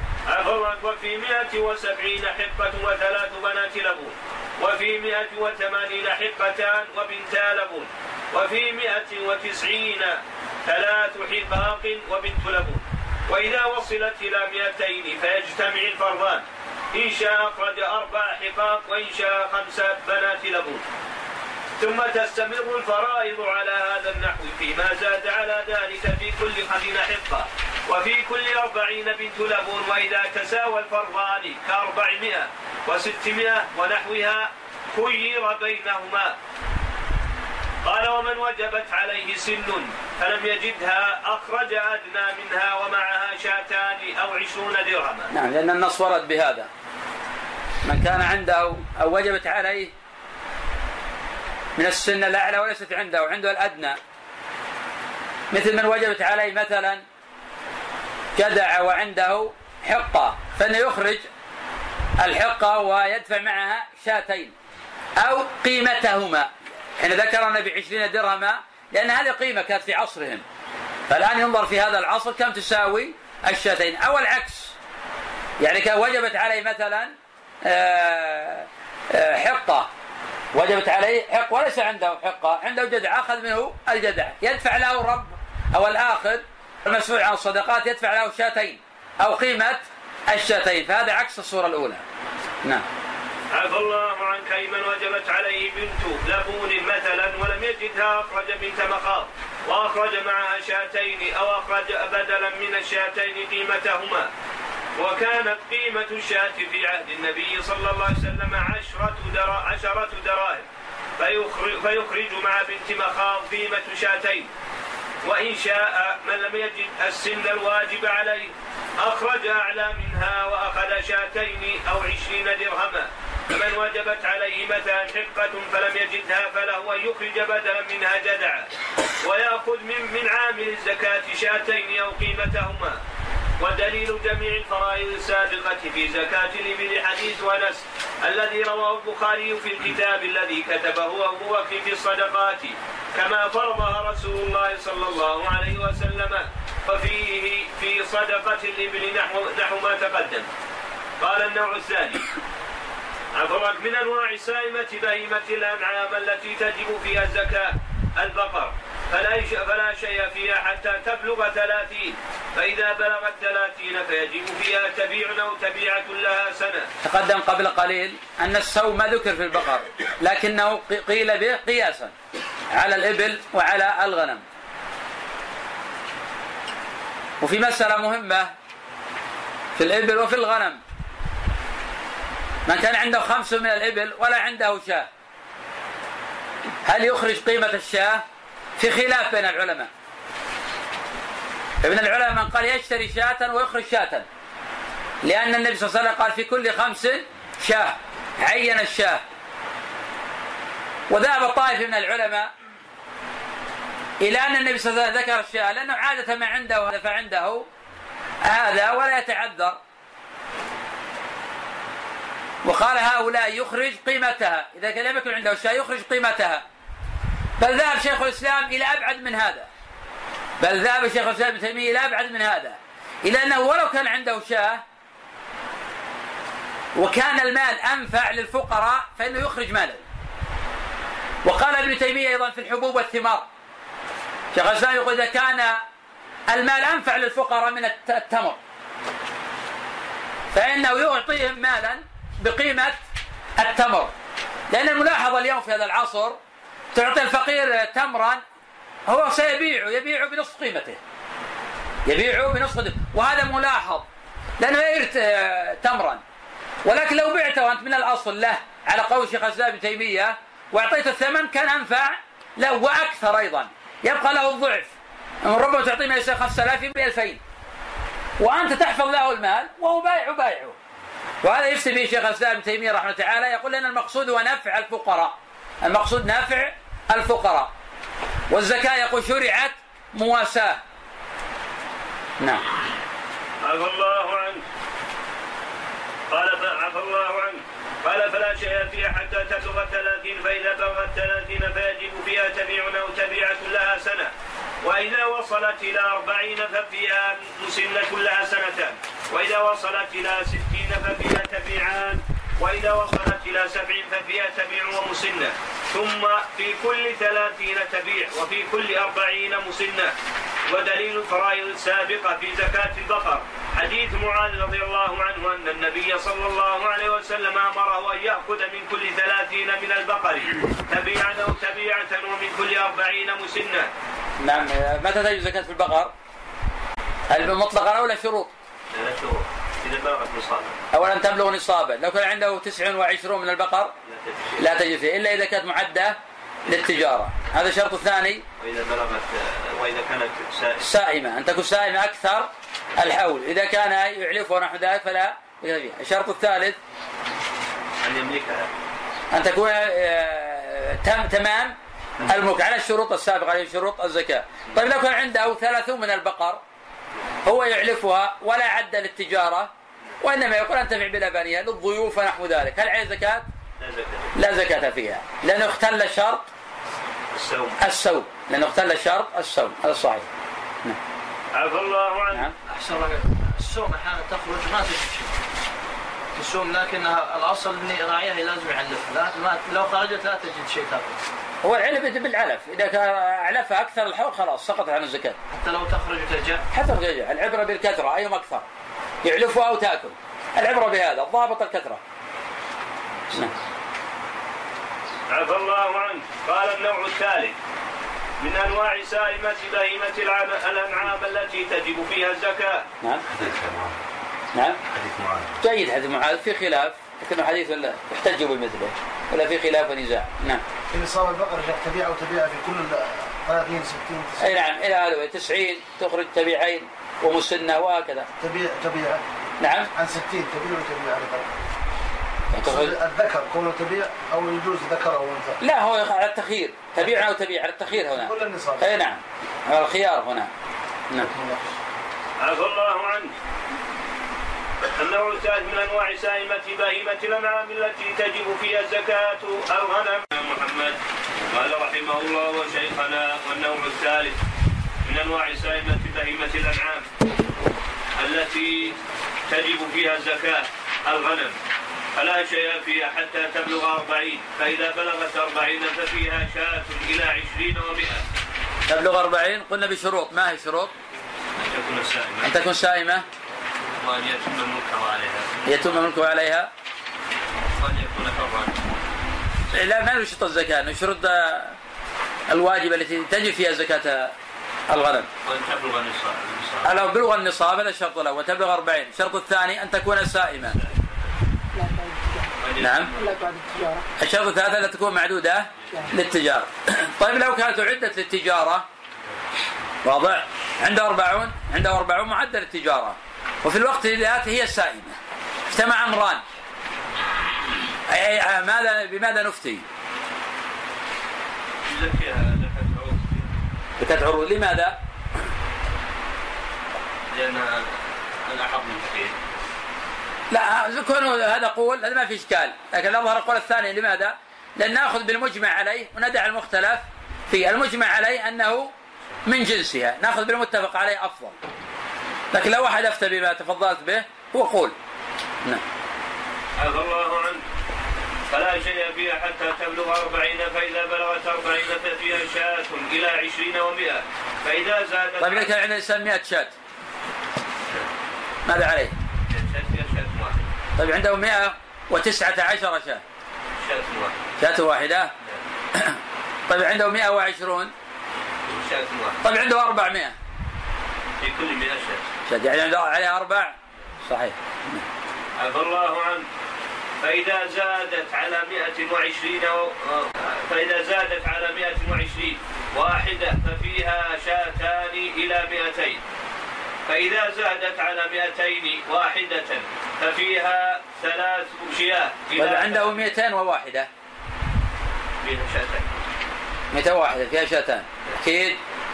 وفي مئة وسبعين حقة وثلاث بنات لبون، وفي مئة وثمانين حقتان وبنتا لبون، وفي مئة وتسعين ثلاث حقاق وبنت لبون. وإذا وصلت إلى مئتين فيجتمع الفرضان، إن شاء أخرج أربع حقاق وإن شاء خمس بنات لبون. ثم تستمر الفرائض على هذا النحو فيما زاد على ذلك في كل خمسين حقة وفي كل أربعين بنت لبون. وإذا تساوى الفرضان كأربعمائة وستمائة ونحوها خير بينهما. قال ومن وجبت عليه سن فلم يجدها أخرج أدنى منها ومعها شاتان أو عشرون درهما. نعم، لأن النص ورد بهذا. من كان عنده أو وجبت عليه من السن الأعلى وليست عنده وعنده الأدنى، مثل من وجبت عليه مثلا جدع وعنده حقة، فإنه يخرج الحقة ويدفع معها شاتين أو قيمتهما. حين ذكرنا بعشرين درهما لأن هذه قيمة كانت في عصرهم، فالآن ينظر في هذا العصر كم تساوي الشاتين، أو العكس، يعني كان وجبت عليه مثلا حقة، وجبت عليه حق وليس عنده حقة، عنده جدع، أخذ منه الجدع، يدفع له الرب أو الآخذ المسؤول عن الصدقات يدفع له شاتين أو قيمة الشاتين، فهذا عكس الصورة الأولى. نعم. عفى الله عنك من وجبت عليه بنت لبون مثلا ولم يجدها أخرج بنت مخاض وأخرج معها شاتين أو أخرج بدلا من الشاتين قيمتهما، وكانت قيمة الشاة في عهد النبي صلى الله عليه وسلم عشرة, درا عشرة دراهم، فيخرج, فيخرج مع بنت مخاض قيمة شاتين. وإن شاء من لم يجد السن الواجب عليه أخرج أعلى منها وأخذ شاتين أو عشرين درهما. فمن وجبت عليه مثلا حقة فلم يجدها فله أن يخرج بدلا منها جدعا ويأخذ من, من عامل الزكاة شاتين أو قيمتهما. ودليل جميع الفرائض السابقة في زكاة الإبل حديث أنس الذي رواه البخاري في الكتاب الذي كتبه أبو بكر في الصدقات كما فرضها رسول الله صلى الله عليه وسلم، وفيه في صدقة الإبل نحو, نحو ما تقدم. قال النوع الثاني عفرت من أنواع السائمة بهيمة الأنعام التي تجب فيها الزكاة البقر، فلا, فلا شيء فيها حتى تبلغ ثلاثين، فإذا بلغت ثلاثين فيجب فيها تبيع أو تبيعة لها سنة. تقدم قبل قليل أن السوم ذكر في البقر لكنه قيل به قياسا على الإبل وعلى الغنم. وفي مسألة مهمة في الإبل وفي الغنم، من كان عنده خمس من الإبل ولا عنده شاة هل يخرج قيمة الشاة؟ في خلاف بين العلماء. ابن العلماء من قال يشتري شاة ويخرج شاة، لأن النبي صلى الله عليه وسلم قال في كل خمس شاة، عين الشاة. وذهب طائفة من العلماء إلى أن النبي صلى الله عليه وسلم ذكر الشاة لأنه عادة ما عنده فعنده هذا ولا يتعذر، وقال هؤلاء يخرج قيمتها، إذا كان لم يكن عنده شاة يخرج قيمتها. بل ذهب شيخ الإسلام إلى أبعد من هذا، بل ذهب شيخ الإسلام ابن تيمية إلى أبعد من هذا، إلى أنه ولو كان عنده شاة وكان المال أنفع للفقراء فإنه يخرج ماله. وقال ابن تيمية أيضا في الحبوب والثمار، شيخ الإسلام يقول إذا كان المال أنفع للفقراء من التمر فإنه يعطيهم مالا بقيمة التمر، لأن الملاحظة اليوم في هذا العصر تعطي الفقير تمرا هو سيبيعه يبيعه بنصف قيمته، يبيعه بنصف قيمته، وهذا ملاحظ لأنه يرت تمرا. ولكن لو بعته أنت من الأصل له على قول شيخ الإسلام ابن تيمية وأعطيته الثمن كان أنفع له وأكثر أيضا، يبقى له الضعف، ربما تعطيه من خمسة آلاف بألفين وأنت تحفظ له المال وهو بايع بايعه. وهذا يفتي به شيخ الإسلام ابن تيمية رحمه الله تعالى، يقول لنا المقصود هو نفع الفقراء، المقصود نفع الفقراء، والزكاة يقول شرعت مواساة. نعم. عفى الله عنك قال عفى الله عنك قال فلا شيء فيها حتى تبلغ الثلاثين، فإذا بلغت الثلاثين فيجب فيها تبيع أو تبيعة لها سنة، وإذا وصلت إلى أربعين ففيها مسنة لها سنتان، وإذا وصلت إلى ستين ففيها تبيعان، وإذا وصلت إلى سبعين ففيها تبيع ومسنة، ثم في كل ثلاثين تبيع وفي كل أربعين مسنة. ودليل الفرائض السابقة في زكاة البقر حديث معاذ رضي الله عنه أن النبي صلى الله عليه وسلم أمره أن يأخذ من كل ثلاثين من البقر تبيعا أو تبيعة ومن كل أربعين مسنة. نعم. متى تجب زكاة في البقر؟ هل مطلقا أو لا شروط؟ لا شروط. إذا بلغت نصابا. أولا تبلغ نصابا. لو كان عنده تسع وعشرون من البقر لا تجد فيه إلا إذا كانت معدة للتجارة. هذا الشرط الثاني. وإذا بلغت وإذا كانت سائمة. سائمة أن تكون سائمة أكثر الحول. إذا كان يعلف ونحو ذلك فلا يجد فيها. الشرط الثالث أن يملكها. أن تكون تم تمام الملك على الشروط السابقة على شروط الزكاة. طيب لو كان عنده ثلاثون من البقر هو يعلفها ولا عد للتجارة وإنما يقول أنتفع بلبنها للضيوف ونحو ذلك، هل عليه زكاة؟ لا زكاة فيها لأنه اختل الشرط السوم. السوم لأنه اختل الشرط السوم. هذا صحيح. نعم. عفى الله عنه. نعم. أحسن الله. السوم أحيانا تخرج ما تجد شيء. السوم لكنها الأصل إن راعيها لازم يعلفها، لو خرجت لا تجد شيء تأكل. هو العلف بالعلف، إذا كان علفها أكثر الحول خلاص سقط عن الزكاة. حتى لو تخرج وترجع. حتى ترجع. العبرة بالكثرة أيهم أكثر يعلفها أو تأكل. العبرة بهذا الضابط الكثرة. نعم. عفى الله عنه. قال النوع الثالث من أنواع سائمة بهيمة الأنعام التي تجب فيها الزكاة. نعم. نعم. جيد حديث معاذ في خلاف لكنه حديث ولا يحتج بمثله ولا في خلاف ونزاع. نعم. في نصاب البقر تبيع وتبيع في كل ثلاثين ستين. أي نعم إلى هذا تسعين تخرج تبيعين ومسنة وهكذا. تبيع تبيع. نعم. عن ستين تبيع وتبيع على البقر. الذكر كونه تبيع أو يجوز ذكر أو أنثى. لا هو على التخيير تبيع أو تبيع على التخيير هنا. كل النصاب. أي نعم على الخيار هنا. نعم. عفى الله عنه. النوع الثالث من أنواع سائمة بهيمة الأنعام التي تجب فيها الزكاة الغنم. محمد قال رحمه الله وشيخنا. والنوع الثالث من أنواع سائمة بهيمة الأنعام التي تجب فيها الزكاة الغنم فلا شيء فيها حتى تبلغ أربعين، فإذا بلغت أربعين ففيها شاة إلى عشرين ومئة. تبلغ أربعين قلنا بشروط. ما هي شروط؟ أن تكون سائمة. أن تكون سائمة. وأن يتم ملكها عليها. يتم ملكها عليها. وأن يكون حرا. لا ما نشرط الزكاة، نشرط الواجب التي تجب فيها زكاة الغنم. وأن تبلغ النصاب. لو بلغ النصاب هذا الشرط الأول وتبلغ أربعين. الشرط الثاني أن تكون سائمة. نعم. الشرط الثالث أن تكون معدودة للتجارة. طيب لو كانت عدت للتجارة واضح عنده أربعون عنده أربعون معدة للتجارة وفي الوقت ذات هي السائمة اجتمع أمران. أي أي ماذا بماذا نفتي؟ زكاة عروض. لماذا؟ لأنها الأحق من الفقير. لا كونه هذا قول هذا ما في إشكال، لكن الأظهر القول الثاني. لماذا؟ لأن نأخذ بالمجمع عليه وندع المختلف فيه. المجمع عليه أنه من جنسها نأخذ بالمتفق عليه أفضل، لكن لو واحد أفتى بما تفضلت به هو قول. نعم. عفى الله عنه. فلا شيء فيها حتى تبلغ أربعين، فإذا بلغت أربعين ففيها شاة إلى عشرين ومئة، فإذا زادت. طيب إذا كان عندنا إنسان مئة شاة ماذا عليه؟ طيب عنده مئة وتسعة عشر شاة. شاة واحدة. طيب عنده مئة وعشرون. طيب عنده أربعمائة. في كل مئة شاة. يعني عنده عليه أربع. صحيح. عفى الله عنه. فإذا زادت على مئة وعشرين و... فإذا زادت على مئة وعشرين واحدة ففيها شاتان إلى مئتين، فإذا زادت على مئتين واحدة ففيها ثلاث شياه. طيب عنده مئتين وواحدة. فيها شاتان. مئتين واحدة فيها شاتان. أكيد.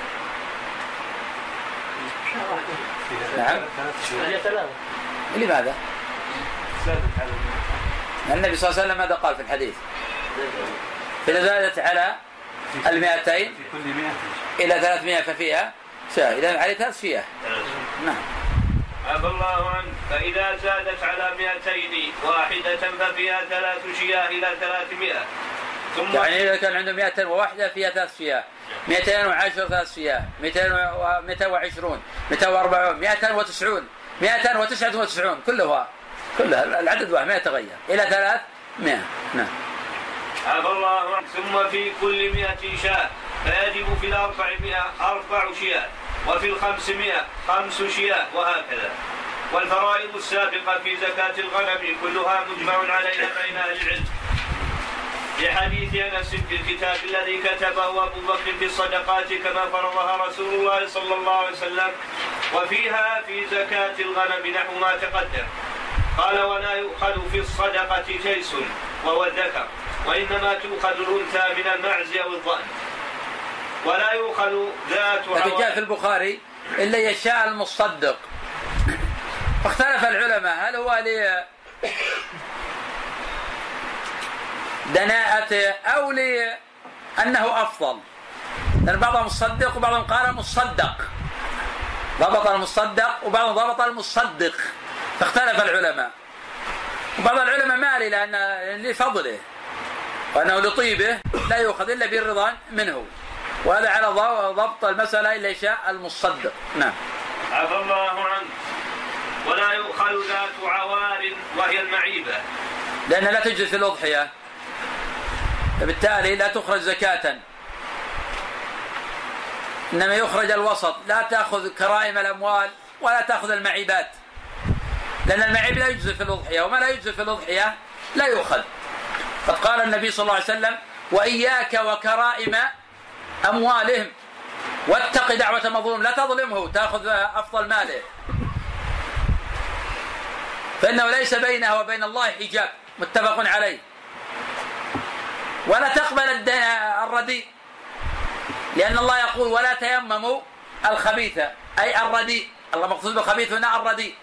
نعم. لماذا؟ النبي صلى الله عليه وسلم ماذا قال في الحديث؟ إذا زادت على المئتين إلى ثلاثمائة ففيها شاة. إذا عليه ثلاث شياه. نعم. عفى الله عنه. فإذا زادت على مئتين واحدة ففيها ثلاث شياه إلى ثلاثمائة. ثم يعني إذا كان عنده مئتين وواحدة فيها ثلاث شياه. مئتين وعشر ثلاث شياه. مئتين وعشرون. مئتين وأربعون. مئتين وتسعون. مئتين وتسعة وتسعون. كلها كلها العدد واحد ما يتغير إلى ثلاث مئة. نعم. عفى الله عنه. ثم في كل مئة شاة فيجب في الأربعمائة أربع شياه، وفي الخمسمائة خمس شياه، وهكذا. والفرائض السابقة في زكاة الغنم كلها مجمع عليها بين أهل العلم، لحديث أنس في الكتاب الذي كتبه أبو بكر في الصدقات كما فرضها رسول الله صلى الله عليه وسلم، وفيها في زكاة الغنم نحو ما تقدم. قال: ولا يؤخذ في الصدقة جيس وهو الذكر، وإنما تؤخذ الأنثى من المعز أو الضأن، ولا يؤخذ ذات عوار. لكن جاء في البخاري إلا يشاء المصدق، فاختلف العلماء هل هو لدناءته أو لأنه أفضل، لأن بعضهم مصدق وبعضهم قال مصدق، ضبط المصدق وبعضهم ضبط المصدق، فاختلف العلماء. وبعض العلماء مالي لأن لفضله وأنه لطيبه لا يؤخذ إلا بالرضا منه، وهذا على ضبط المسألة إلا يشاء المصدق. نعم. عفى الله عنه. ولا يؤخذ ذات عوار وهي المعيبة، لأنها لا تجزي في الأضحية، فبالتالي لا تخرج زكاة، إنما يخرج الوسط، لا تأخذ كرائم الأموال ولا تأخذ المعيبات، لأن المعيب لا يجزي في الأضحية، وما لا يجزي في الأضحية لا يؤخذ. قد قال النبي صلى الله عليه وسلم: وإياك وكرائم أموالهم واتق دعوة مظلوم، لا تظلمه تأخذ أفضل ماله، فإنه ليس بينه وبين الله حجاب، متفق عليه. ولا تقبل الرديء، لأن الله يقول: ولا تيمموا الخبيث، أي الرديء، الله مقصود بالخبيث هنا الرديء،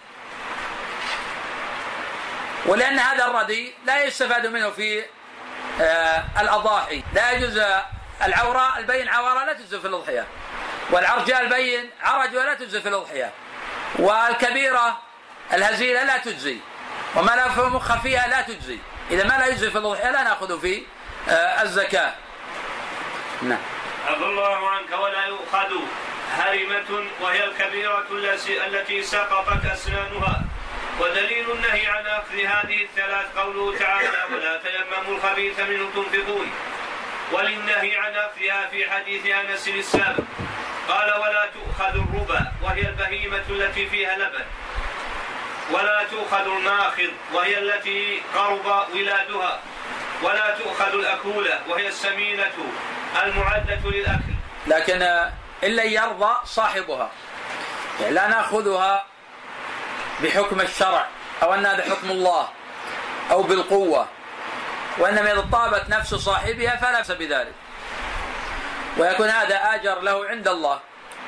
ولأن هذا الرديء لا يستفاد منه في آه الأضاحي، لا يجوز العوراء البين عورة لا تجزي في الأضحية، والعرجاء البين عرج ولا تجزي في الأضحية، والكبيرة الهزيلة لا تجزي، وما لا في مخ فيها لا تجزي. إذا ما لا يجزي في الأضحية لا نأخذ في آه الزكاة. نعم. عفى الله عنك. ولا يؤخذ هرمة وهي الكبيرة التي سقطت أسنانها، ودليل النهي عن أخذ هذه الثلاث قوله تعالى: ولا تيمموا الخبيث منه تنفقون، وللنهي عن أخذها في حديث أنس السابق. قال: ولا تؤخذ الربا وهي البهيمة التي فيها لبن، ولا تؤخذ الماخذ وهي التي قرب ولادها، ولا تؤخذ الأكولة وهي السمينة المعدة للأكل، لكن إلا يرضى صاحبها، يعني لا نأخذها بحكم الشرع أو أنها بحكم الله أو بالقوة، وإنما إذا طابت نفس صاحبها فلا بأس بذلك، ويكون هذا آجر له عند الله.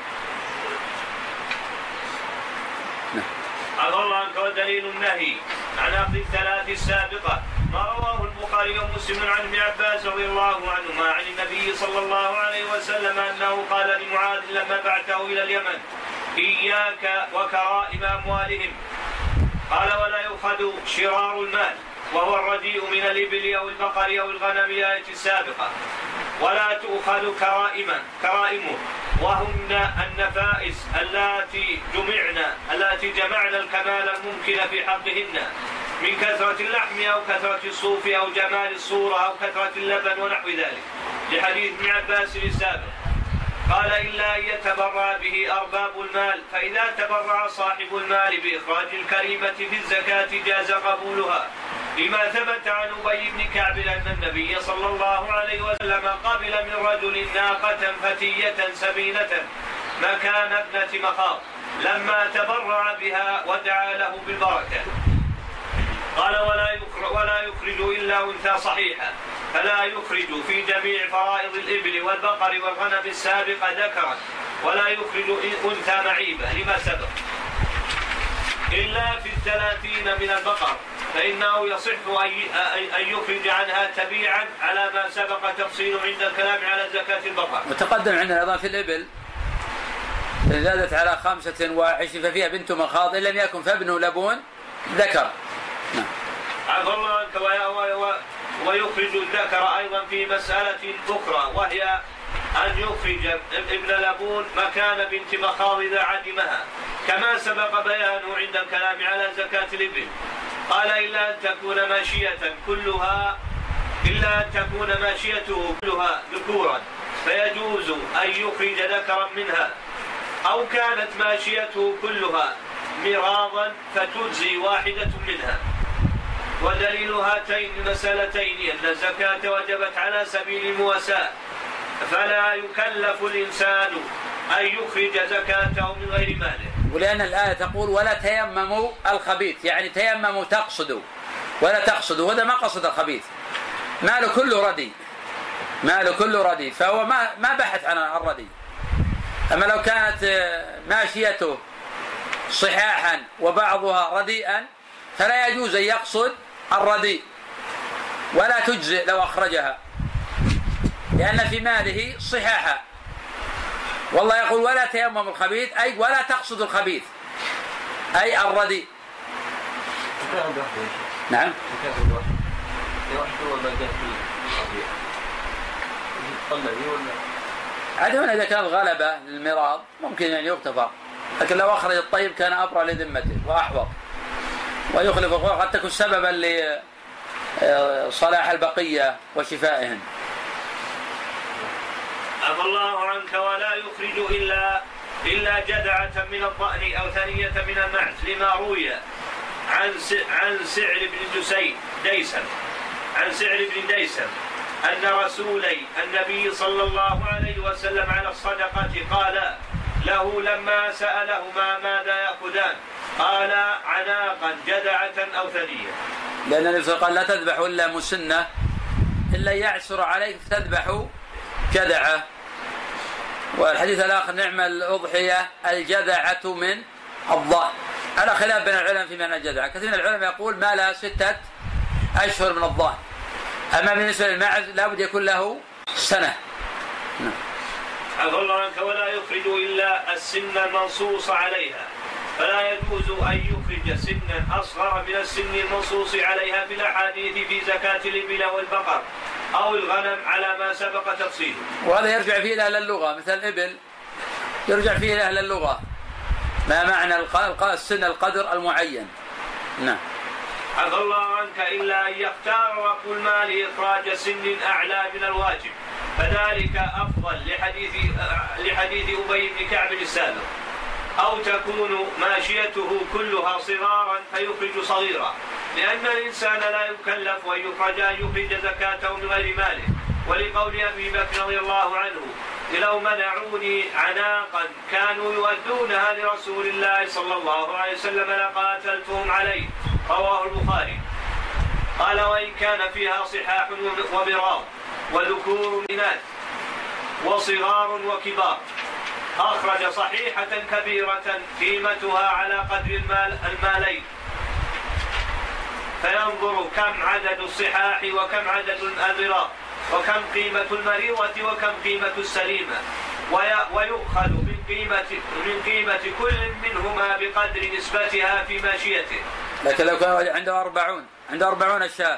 عفى الله عنك. ودليل النهي عن أخذ الثلاث السابقة ما رواه البخاري ومسلم عن ابن عباس رضي الله عنهما عن النبي صلى الله عليه وسلم أنه قال لمعاذ لما بعثه إلى اليمن: إياك وكرائم أموالهم. قال: ولا يؤخذ شرار المال وهو الرديء من الإبل أو البقر أو الغنم الآية السابقة، ولا تؤخذ كرائم كرائمه وهن النفائس اللاتي جمعنا التي جمعنا الكمال الممكن في حقهن من كثرة اللحم أو كثرة الصوف أو جمال الصورة أو كثرة اللبن ونحو ذلك، لحديث ابن عباس السابق. قال: إلا أن يتبرع به أرباب المال، فإذا تبرع صاحب المال بإخراج الكريمة في الزكاة جاز قبولها، لما ثبت عن أبي بن كعب أن النبي صلى الله عليه وسلم قبل من رجل ناقة فتية سمينة مكان ابنة مخاض لما تبرع بها ودعا له بالبركة. قال: ولا يخرج, ولا يخرج إلا أنثى صحيحة، فلا يخرج في جميع فرائض الإبل والبقر والغنم السابقة ذكرا، ولا يخرج أنثى معيبة لما سبق، إلا في الثلاثين من البقر، فإنه يصح أن يخرج عنها تبيعا على ما سبق تفصيل عند الكلام على زكاة البقر. وتقدم عندنا أيضا في الإبل زادت على خمسة وعشرين ففيها بنت مخاض إن لم يكن فابن لبون ذكر. نعم. عفى الله عنك. ويخرج الذكر أيضا في مسألة أخرى، وهي أن يخرج ابن لبون مكان بنت مخاض إذا عدمها، كما سبق بيانه عند الكلام على زكاة الإبل. قال: إلا أن تكون ماشية كلها إلا أن تكون ماشيته كلها ذكورا فيجوز أن يخرج ذكرا منها، أو كانت ماشيته كلها مراضا فتجزي واحدة منها. ودليل هاتين المسألتين أن الزكاة وجبت على سبيل المواساة، فلا يكلف الإنسان أن يخرج زكاته من غير ماله. ولأن الآية تقول ولا تيمموا الخبيث، يعني تيمموا تقصدوا ولا تقصدوا، وهذا ما قصد الخبيث، ماله كله ردي، ماله كله ردي، فهو ما ما بحث عن الردي. أما لو كانت ماشيته صحاحا وبعضها رديئا فلا يجوز أن يقصد الرديء ولا تجزئ لو أخرجها، لأن في ماله صحاحا. والله يقول ولا تيمم الخبيث، أي ولا تقصد الخبيث، أي الرديء. نعم. عاد هنا إذا كان الغلبة للمراض ممكن أن يغتفر، لكن لو أخرج الطيب كان أبرى لذمته وأحوط، ويخلف قد تكون سببا لصلاح البقية وشفائهن. عفى الله عنك. ولا يخرج إلا إلا جدعة من الضأن أو ثنية من المعز، لما روي عن عن سعر بن دسي ديسم عن سعر بن ديسم أن رسولي النبي صلى الله عليه وسلم على الصدقة قال له لما سألهما ماذا يأخذان قال عناقا جدعة أو ثنية. لأن النبي صلى الله عليه وسلم قال لا تذبحوا إلا مسنة إلا يعسر عليك فتذبحوا جدعة. والحديث الآخر نعم الأضحية الجدعة من الضأن، على خلاف بين العلماء في معنى الجدعة. كثير من العلماء يقول ما لها ستة أشهر من الضأن، أما بالنسبة للماعز لابد يكون له سنة. نعم. عفى الله عنك. ولا يخرج إلا السن المنصوص عليها، فلا يجوز أن يخرج سنا أصغر من السن المنصوص عليها في الأحاديث في زكاة الإبل والبقر أو الغنم على ما سبق تفصيله. وهذا يرجع فيه إلى أهل اللغة، مثل الإبل يرجع فيه إلى أهل اللغة ما معنى السن القدر المعين. نعم. عفى الله عنك. إلا أن يختار رب المال إخراج سن أعلى من الواجب، فذلك أفضل لحديث لحديث أبي بن كعب السابق. أو تكون ماشيته كلها صغارا فيخرج صغيرا، لأن الإنسان لا يكلف وأن يخرج أن يخرج زكاته من غير ماله، ولقول أبي بكر رضي الله عنه لو منعوني عناقا كانوا يؤدونها لرسول الله صلى الله عليه وسلم لقاتلتهم عليه، رواه البخاري. قال وإن كان فيها صحاح ومراض وذكور إناث وصغار وكبار، أخرج صحيحة كبيرة قيمتها على قدر المال المالين، فينظر كم عدد الصحاح وكم عدد الأذراء وكم قيمة المريضة وكم قيمة السليمة، ويؤخذ من قيمة من قيمة كل منهما بقدر نسبتها في ماشيته. لكن لو كان عنده أربعون عنده أربعون الشاة،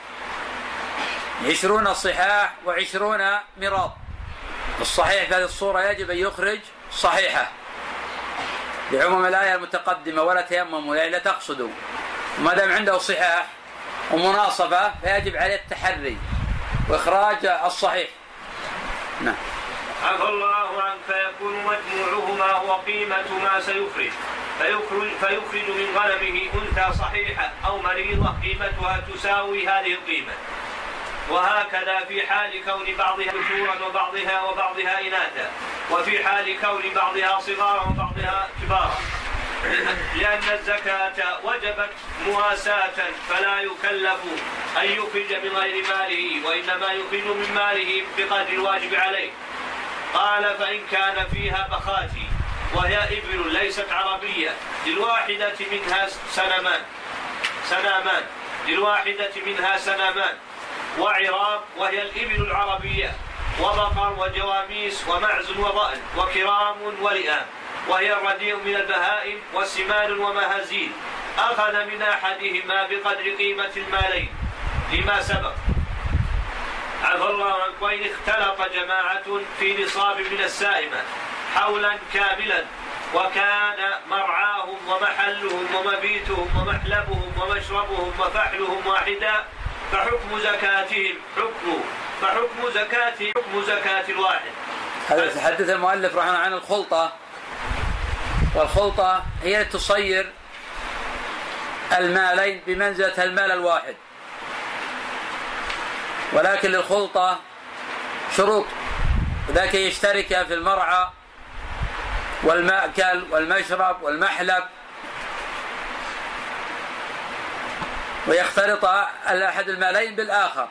عشرون الصحاح وعشرون مراض، الصحيح في هذه الصورة يجب أن يخرج صحيحة لعموم الآية المتقدمة ولا تيمموا، يعني لا تقصدوا. ما دام عنده صحاح ومناصفة فيجب عليه التحري وإخراج الصحيح. نعم. عفى الله عنك. فيكون مجموعهما هو قيمة ما سيخرج، فيخرج, فيخرج من غنمه أنثى صحيحة أو مريضة قيمتها تساوي هذه القيمة، وهكذا في حال كون بعضها ذكورا وبعضها وبعضها إناثا، وفي حال كون بعضها صغارا وبعضها كبارا، لأن الزكاة وجبت مواساة، فلا يكلف أن يخرج من غير ماله، وإنما يخرج من ماله بقدر الواجب عليه. قال فإن كان فيها بخاتي وهي إبل ليست عربية للواحدة منها سنمان سنامان للواحدة منها سنامان وعراب وهي الإبل العربية، وبقر وجواميس ومعز وضأن وكرام ولئام وهي الرديء من البهائم وسمان ومهازيل، أخذ من أحدهما بقدر قيمة المالين لما سبق. عفى الله عنك. وإن اختلط جماعة في نصاب من السائمة حولا كاملا وكان مرعاهم ومحلهم ومبيتهم ومحلبهم ومشربهم وفحلهم واحدا فحكم زكاتهم حكم فحكم زكاتهم حكم زكاة الواحد. هذا تحدث المؤلف رحمه عن الخلطة، والخلطة هي تصير المالين بمنزلة المال الواحد، ولكن للخلطة شروط، وذاك يشترك في المرعى والمأكل والمشرب والمحلب، ويختلط أحد المالين بالآخر،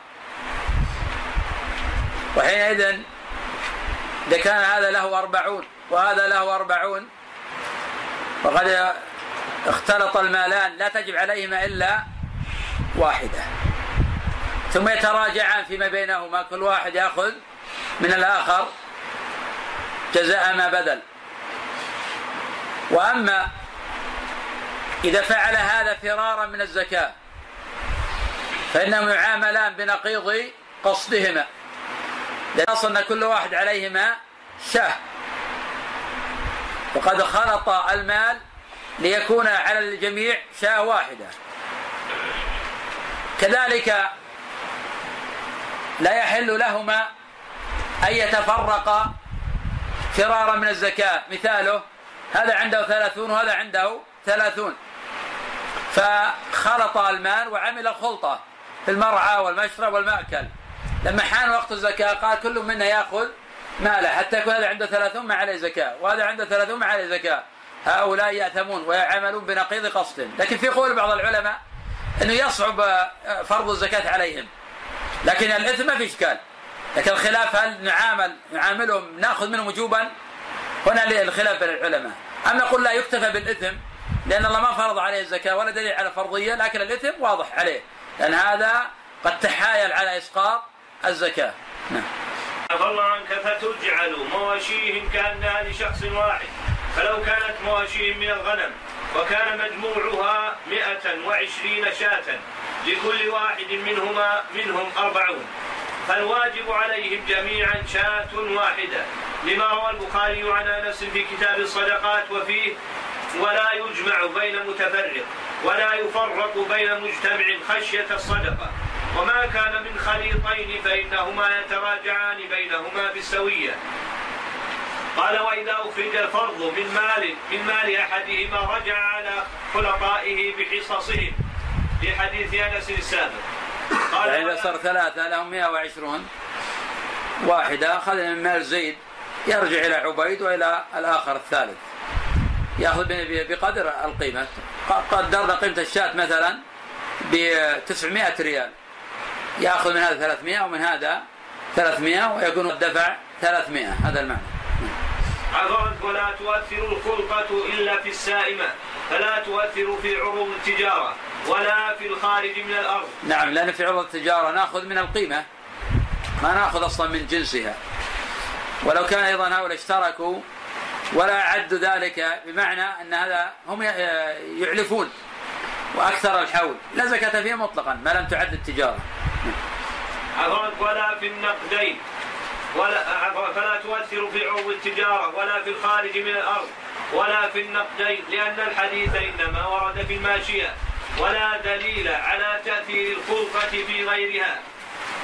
وحينئذ إذا كان هذا له أربعون وهذا له أربعون وقد اختلط المالان لا تجب عليهما إلا واحدة، ثم يتراجعان فيما بينهما، كل واحد يأخذ من الآخر جزاء ما بذل. وأما إذا فعل هذا فرارا من الزكاة فإنهم يعاملان بنقيض قصدهما، لأن أصل أن كل واحد عليهما شاه، وقد خلط المال ليكون على الجميع شاه واحدة. كذلك لا يحل لهما أن يتفرقا فرارا من الزكاة، مثاله هذا عنده ثلاثون وهذا عنده ثلاثون، فخلط المال وعمل الخلطة في المرعى والمشرب والمأكل، لما حان وقت الزكاة قال كل منا يأخذ ماله، حتى يكون هذا عنده ثلاثون ما عليه زكاة وهذا عنده ثلاثون ما عليه زكاة، هؤلاء يأثمون ويعملون بنقيض قصد. لكن في قول بعض العلماء أنه يصعب فرض الزكاة عليهم، لكن الإثم ما في إشكال، لكن الخلاف هل نعامل نعاملهم نأخذ منهم وجوبا، هنا الخلاف بين العلماء. أم نقول لا يكتفى بالإثم لأن الله ما فرض عليه الزكاة ولا دليل على فرضية، لكن الإثم واضح عليه لأن هذا قد تحايل على إسقاط الزكاة. نعم. عفى الله عنك فتجعل مواشيهم كأنها لشخص واحد، فلو كانت مواشيهم من الغنم وكان مجموعها مئة وعشرين شاة لكل واحد منهما منهم أربعون، فالواجب عليهم جميعا شاة واحدة، لما روى البخاري عن أنس في كتاب الصدقات وفيه ولا يجمع بين متفرق ولا يفرق بين مجتمع خشية الصدقة، وما كان من خليطين فإنهما يتراجعان بينهما بالسوية. قال وإذا أخرج الفرض من مال من مال أحدهما رجع على خلطائه بحصصهم، في حديث أنس السابق. قال يعني إذا صار ثلاثة لهم مئة وعشرون واحدة أخذ من مال زيد يرجع إلى عبيد وإلى الآخر الثالث يأخذ بقدر القيمة. قدرنا قيمة الشاة مثلا بتسعمائة ريال، يأخذ من هذا ثلاثمائة ومن هذا ثلاثمائة ويكون الدفع ثلاثمائة. هذا المعنى. عرض ولا تؤثر الخلطة إلا في السائمة، فلا تؤثر في عروض التجارة ولا في الخارج من الأرض. نعم، لأن في عروض التجارة نأخذ من القيمة ما نأخذ أصلا من جنسها، ولو كان أيضا هؤلاء اشتركوا ولا عد ذلك بمعنى أن هذا هم يعلفون وأكثر الحول لا زكاة فيه مطلقا ما لم تعد التجارة. عرض ولا في النقدين ولا فلا تؤثر في عروض التجارة ولا في الخارج من الأرض ولا في النقدين، لأن الحديث إنما ورد في الماشية، ولا دليل على تأثير الخلطة في غيرها.